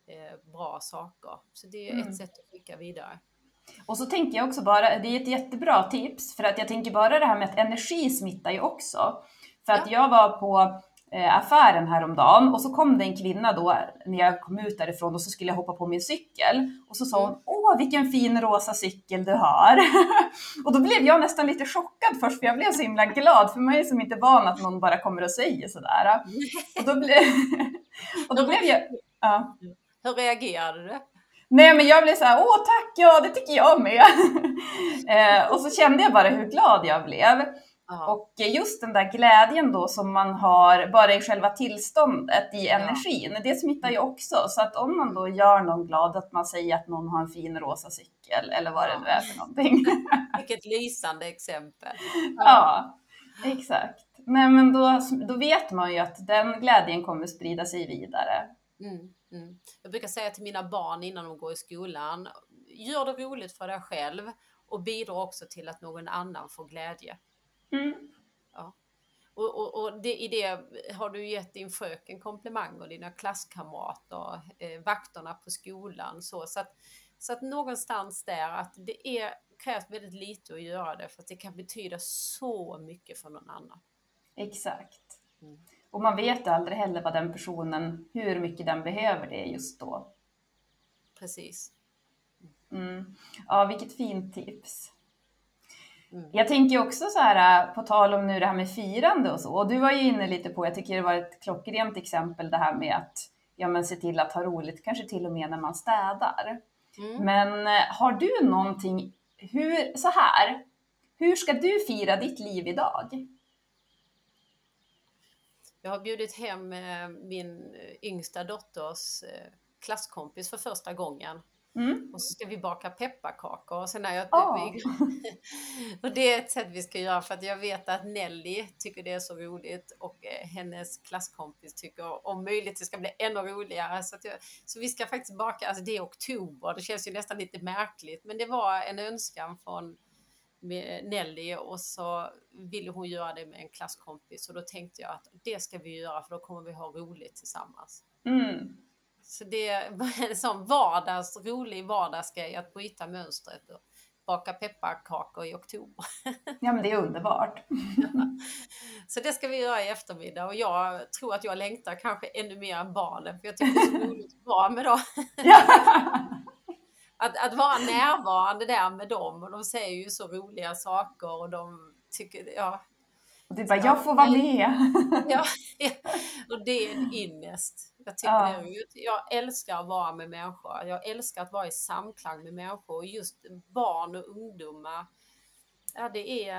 bra saker. Så det är ett sätt att skicka vidare. Och så tänker jag också bara, det är ett jättebra tips, för att jag tänker bara det här med att energi smittar ju också. För att jag var på affären häromdagen och så kom det en kvinna då när jag kom ut därifrån och så skulle jag hoppa på min cykel. Och så sa hon, åh vilken fin rosa cykel du har. Och då blev jag nästan lite chockad först, för jag blev så himla glad, för man är som inte van att någon bara kommer och säger sådär. Och då blev jag... Ja. Hur reagerade du? Nej, men jag blev så här, åh tack, ja det tycker jag med. Och så kände jag bara hur glad jag blev. Och just den där glädjen då som man har bara i själva tillståndet, i energin, det smittar ju också. Så att om man då gör någon glad, att man säger att någon har en fin rosa cykel eller vad det nu är för någonting. Vilket lysande exempel. Ja, exakt. Nej, men då vet man ju att den glädjen kommer sprida sig vidare. Jag brukar säga till mina barn innan de går i skolan, gör det roligt för dig själv och bidra också till att någon annan får glädje. Ja. Och i det har du gett din fröken komplimang och dina klasskamrater, vakterna på skolan. Så att någonstans där att det krävs väldigt lite att göra det, för att det kan betyda så mycket för någon annan. Exakt. Och man vet aldrig heller vad den personen, hur mycket den behöver det just då. Precis. Ja, vilket fint tips. Jag tänker också så här, på tal om nu det här med firande och så. Och du var ju inne lite på, jag tycker det var ett klockrent exempel det här med att se till att ha roligt, kanske till och med när man städar. Men har du någonting, hur ska du fira ditt liv idag? Jag har bjudit hem min yngsta dotters klasskompis för första gången. Och så ska vi baka pepparkakor. Och, sen och det är ett sätt vi ska göra, för att jag vet att Nelly tycker det är så roligt och hennes klasskompis tycker om möjligt det ska bli ännu roligare. Så vi ska faktiskt baka, alltså det är oktober, det känns ju nästan lite märkligt, men det var en önskan från Nelly och så ville hon göra det med en klasskompis, och då tänkte jag att det ska vi göra, för då kommer vi ha roligt tillsammans. Så det var en sån rolig vardagsgrej att bryta mönstret och baka pepparkakor i oktober. Ja, men det är underbart. Så det ska vi göra i eftermiddag, och jag tror att jag längtar kanske ännu mer än barnen, för jag tycker det är så roligt att vara med dem. Att vara närvarande där med dem, och de säger ju så roliga saker och de tycker, och det är bara, jag får vara med. Ja, och det är en ynnest. Jag älskar att vara med människor. Jag älskar att vara i samklang med människor. Och just barn och ungdomar. Ja,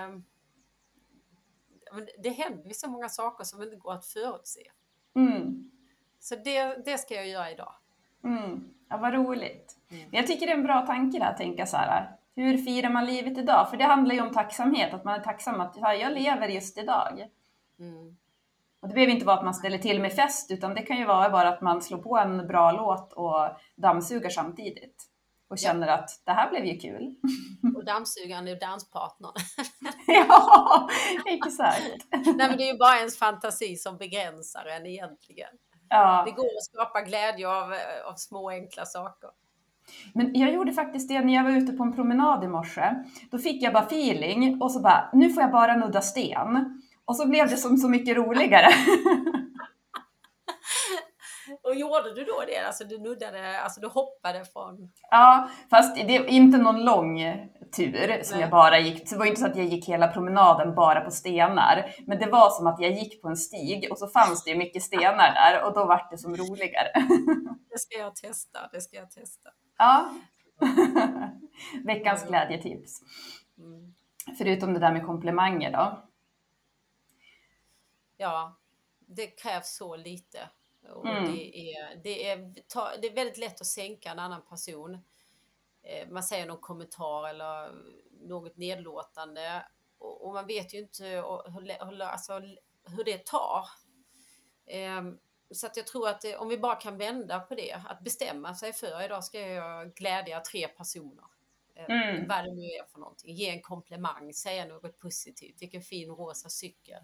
det händer ju så många saker som inte går att förutse. Så det ska jag göra idag. Ja, vad roligt. Jag tycker det är en bra tanke att tänka så här. Hur firar man livet idag? För det handlar ju om tacksamhet. Att man är tacksam att jag lever just idag. Och det behöver inte vara att man ställer till med fest. Utan det kan ju vara bara att man slår på en bra låt och dammsuger samtidigt. Och känner att det här blev ju kul. Och dammsugaren är danspartnern. Ja, exakt. Nej, men det är ju bara ens fantasi som begränsar en egentligen. Ja. Det går att skapa glädje av små enkla saker. Men jag gjorde faktiskt det när jag var ute på en promenad i morse. Då fick jag bara feeling och så bara, nu får jag bara nudda sten. Och så blev det som så mycket roligare. Och gjorde du då det? Alltså du nuddade, alltså du hoppade från... Ja, fast det är inte någon lång tur som jag bara gick. Det var inte så att jag gick hela promenaden bara på stenar. Men det var som att jag gick på en stig och så fanns det ju mycket stenar där. Och då var det som roligare. Det ska jag testa. Ja. Veckans glädjetips. Förutom det där med komplimanger då. Ja, det krävs så lite. Och det är väldigt lätt att sänka en annan person. Man säger någon kommentar eller något nedlåtande. Och man vet ju inte hur det tar. Så att jag tror att om vi bara kan vända på det. Att bestämma sig för, idag ska jag glädja 3 personer. Vad det nu är för någonting. Ge en komplimang, säga något positivt. Vilken fin rosa cykel.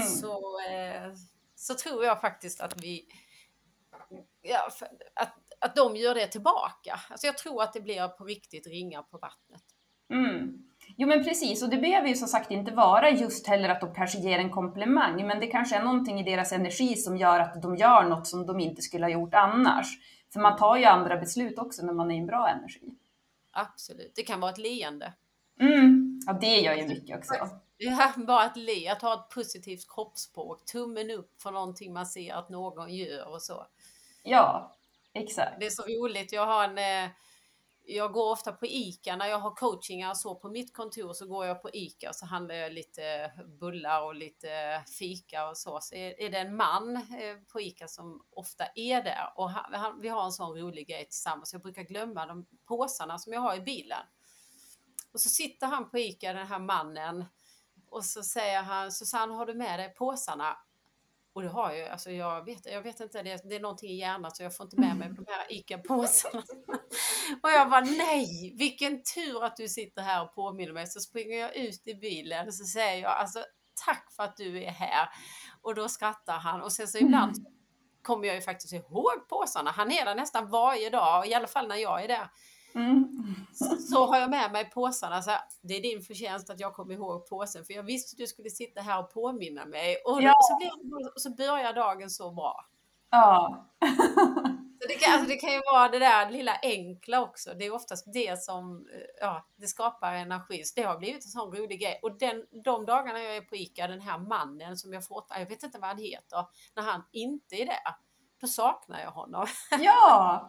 Så tror jag faktiskt att vi... Ja, att att de gör det tillbaka. Alltså jag tror att det blir på riktigt ringar på vattnet. Jo men precis, och det behöver ju som sagt inte vara just heller att de kanske ger en komplimang, men det kanske är någonting i deras energi som gör att de gör något som de inte skulle ha gjort annars. För man tar ju andra beslut också när man är i en bra energi. Absolut, det kan vara ett leende. Ja, det gör ju mycket också. Ja, bara att le, att ha ett positivt kroppsspråk, tummen upp för någonting man ser att någon gör och så. Ja, exakt. Det är så roligt, jag går ofta på ICA när jag har coachingar och så på mitt kontor, så går jag på ICA och så handlar jag lite bullar och lite fika och så är det en man på ICA som ofta är där och vi har en sån rolig grej tillsammans. Jag brukar glömma de påsarna som jag har i bilen. Och så sitter han på ICA, den här mannen, och så säger han: Susanne, har du med dig påsarna? Och det har jag, alltså jag vet inte, det är någonting i hjärnan så jag får inte med mig de här ICA-påsarna. Och jag bara, nej, vilken tur att du sitter här och påminner mig. Så springer jag ut i bilen och så säger jag, alltså tack för att du är här. Och då skrattar han, och sen så ibland kommer jag ju faktiskt ihåg påsarna. Han är där nästan varje dag, i alla fall när jag är där. Så har jag med mig påsarna, så det är din förtjänst att jag kommer ihåg påsen, för jag visste att du skulle sitta här och påminna mig, och så börjar dagen så bra. Ja. Så det kan ju vara det där lilla enkla också. Det är oftast det som det skapar energi. Så det har blivit en sån rolig grej. Och de dagarna jag är på ICA, den här mannen som jag får, jag vet inte vad han heter, när han inte är där, då saknar jag honom. Ja!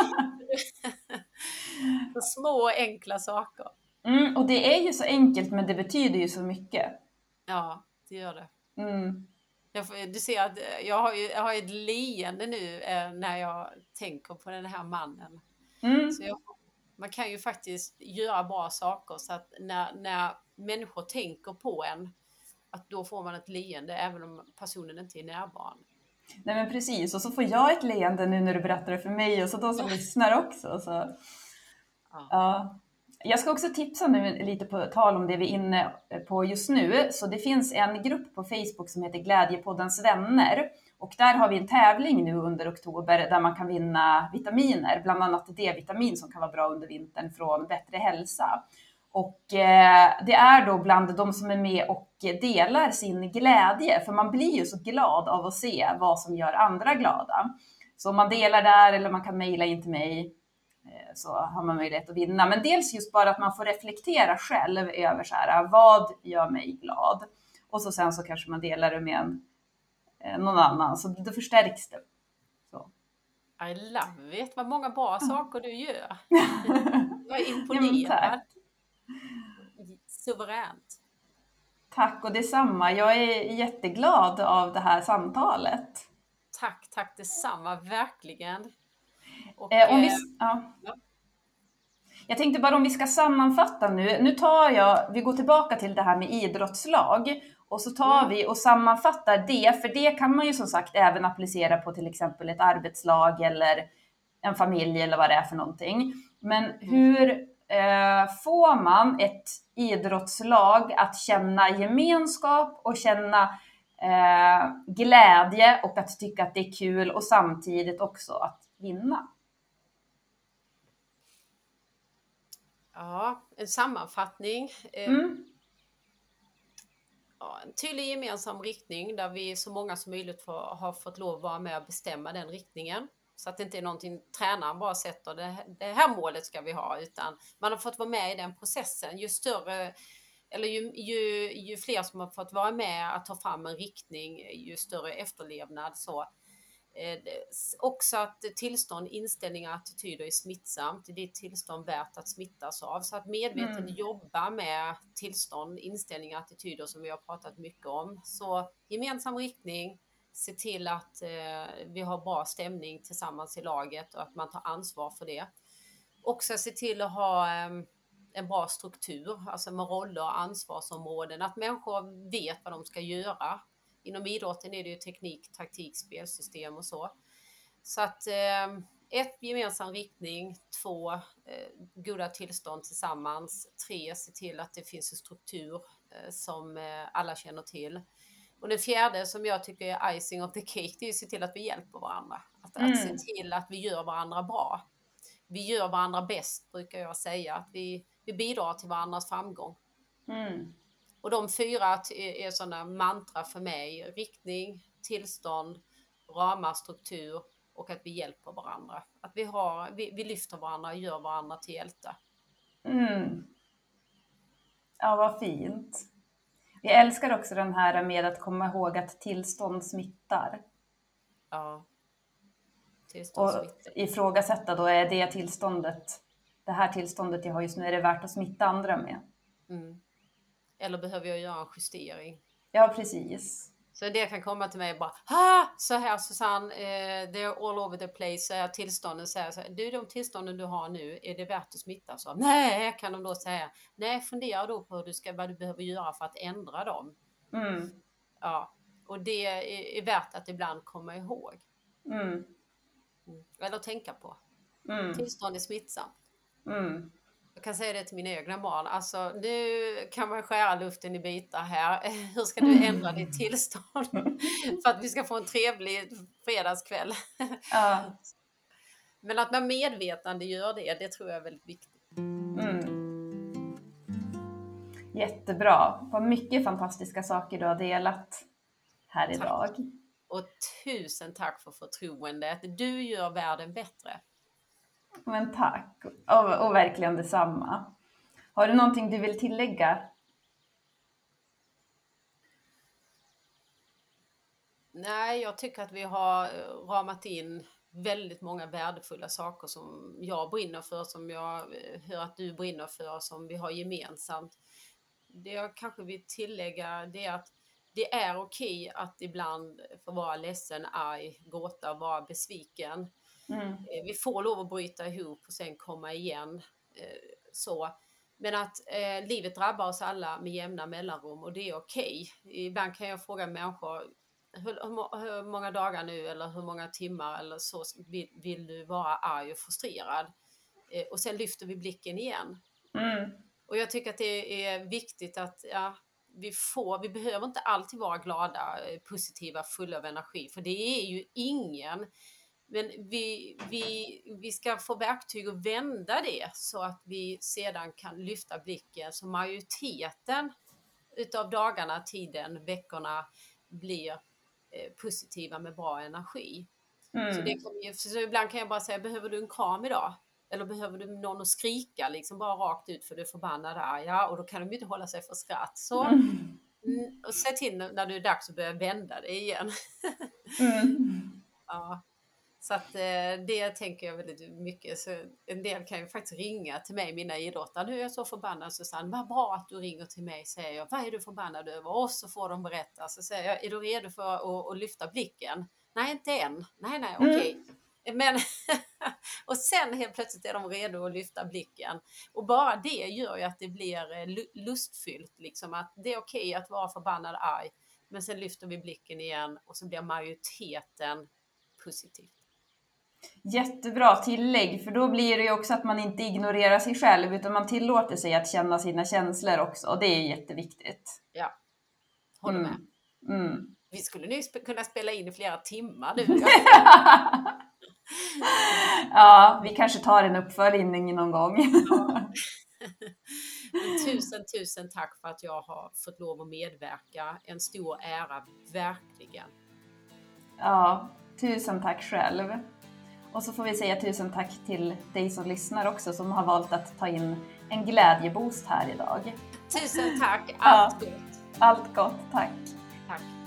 Så små enkla saker. Och det är ju så enkelt, men det betyder ju så mycket. Ja, det gör det. Du ser att jag har ett leende nu när jag tänker på den här mannen. Så man kan ju faktiskt göra bra saker, så att när människor tänker på en, att då får man ett leende även om personen inte är närvarande. Nej men precis, och så får jag ett leende nu när du berättar det för mig, och så de som lyssnar också. Så. Ja. Jag ska också tipsa nu lite på tal om det vi är inne på just nu. Så det finns en grupp på Facebook som heter Glädjepoddens vänner. Och där har vi en tävling nu under oktober där man kan vinna vitaminer. Bland annat D-vitamin som kan vara bra under vintern från Bättre hälsa. Och det är då bland de som är med och delar sin glädje. För man blir ju så glad av att se vad som gör andra glada. Så om man delar där, eller man kan mejla in till mig, så har man möjlighet att vinna. Men dels just bara att man får reflektera själv över så här, vad gör mig glad? Och så sen så kanske man delar det med någon annan, så det förstärks det. Så. I love it, vad många bra saker du gör. Jag är imponerad. Ja, tack. Suveränt. Tack, och detsamma. Jag är jätteglad av det här samtalet. Tack detsamma, verkligen. Och, Jag tänkte bara om vi ska sammanfatta nu vi går tillbaka till det här med idrottslag, och så tar vi och sammanfattar det, för det kan man ju som sagt även applicera på till exempel ett arbetslag eller en familj eller vad det är för någonting. Men hur får man ett idrottslag att känna gemenskap och känna glädje och att tycka att det är kul, och samtidigt också att vinna? Ja, en sammanfattning. En tydlig gemensam riktning där vi så många som möjligt har fått lov att vara med och bestämma den riktningen. Så att det inte är någonting tränaren bara sätter, det här målet ska vi ha, utan man har fått vara med i den processen. Ju större, eller ju fler som har fått vara med att ta fram en riktning, ju större efterlevnad. Så också att tillstånd, inställningar, attityder är smittsamt. Det är ett tillstånd värt att smittas av. Så att medvetet jobba med tillstånd, inställningar, attityder som vi har pratat mycket om. Så gemensam riktning, se till att vi har bra stämning tillsammans i laget och att man tar ansvar för det. Också se till att ha en bra struktur, alltså med roller och ansvarsområden. Att människor vet vad de ska göra. Inom idrotten är det ju teknik, taktik, spelsystem och så. Så att 1. gemensam riktning, 2. Goda tillstånd tillsammans, 3. se till att det finns en struktur som alla känner till. Och det fjärde som jag tycker är icing of the cake, det är att se till att vi hjälper varandra. Att se till att vi gör varandra bra. Vi gör varandra bäst, brukar jag säga. Att vi bidrar till varandras framgång. Och de 4 är sådana mantra för mig. Riktning, tillstånd, ramar, struktur och att vi hjälper varandra. Att vi lyfter varandra och gör varandra till hjältar. Ja, vad fint. Jag älskar också den här med att komma ihåg att tillstånd smittar. Ja. Tillstånd Och ifrågasätta då, är det här tillståndet jag har just nu, är det värt att smitta andra med? Eller behöver jag göra en justering? Ja, precis. Så det kan komma till mig och bara, så här Susanne, they're all over the place, så här tillstånden säger så här, du, de tillstånden du har nu, är det värt att smitta? Så, nej, kan de då säga, nej, fundera då på vad du behöver göra för att ändra dem. Ja, och det är värt att ibland komma ihåg. Eller tänka på. Tillstånd är smittsamt. Jag kan säga det till mina egna barn. Alltså, nu kan man skära luften i bitar här. Hur ska du ändra ditt tillstånd? För att vi ska få en trevlig fredagskväll. Men att man medvetande gör det tror jag är väldigt viktigt. Jättebra. Vad mycket fantastiska saker du har delat här idag. Och tusen tack för förtroendet. Du gör världen bättre. Men tack. Och verkligen detsamma. Har du någonting du vill tillägga? Nej, jag tycker att vi har ramat in väldigt många värdefulla saker som jag brinner för, som jag hör att du brinner för, som vi har gemensamt. Det jag kanske vill tillägga, det är att det är okej att ibland få vara ledsen, arg, gråta, vara besviken. Vi får lov att bryta ihop och sen komma igen. Men att livet drabbar oss alla med jämna mellanrum, och det är okej. Ibland kan jag fråga människor, hur många dagar nu eller hur många timmar eller så vill du vara arg och frustrerad? Och sen lyfter vi blicken igen. Och jag tycker att det är viktigt att vi behöver inte alltid vara glada, positiva, fulla av energi, för det är ju ingen. Men vi ska få verktyg att vända det så att vi sedan kan lyfta blicken, så majoriteten utav dagarna, tiden, veckorna blir positiva med bra energi. Så ibland kan jag bara säga, behöver du en kram idag? Eller behöver du någon att skrika liksom bara rakt ut för du är förbannad där? Ja, och då kan de ju inte hålla sig för skratt. Så och se till när du är dags att börja vända det igen. Ja. Så att det tänker jag väldigt mycket. Så en del kan ju faktiskt ringa till mig, mina idrottare. Nu är jag så förbannad, Susanne. Vad bra att du ringer till mig, säger jag. Vad är du förbannad över? Och så får de berätta. Så säger jag, är du redo för att lyfta blicken? Nej, inte än. Nej, okej. Men och sen helt plötsligt är de redo att lyfta blicken. Och bara det gör ju att det blir lustfyllt. Liksom, att det är okej att vara förbannad, arg. Men sen lyfter vi blicken igen och så blir majoriteten positivt. Jättebra tillägg, för då blir det ju också att man inte ignorerar sig själv, utan man tillåter sig att känna sina känslor också, och det är jätteviktigt. Ja, håller med. Vi skulle nu kunna spela in i flera timmar nu. Ja, vi kanske tar en uppföljning någon gång. Tusen tack för att jag har fått lov att medverka. En stor ära, verkligen. Ja, tusen tack själv. Och så får vi säga tusen tack till dig som lyssnar också, som har valt att ta in en glädjeboost här idag. Tusen tack, allt gott. Allt gott, tack. Tack.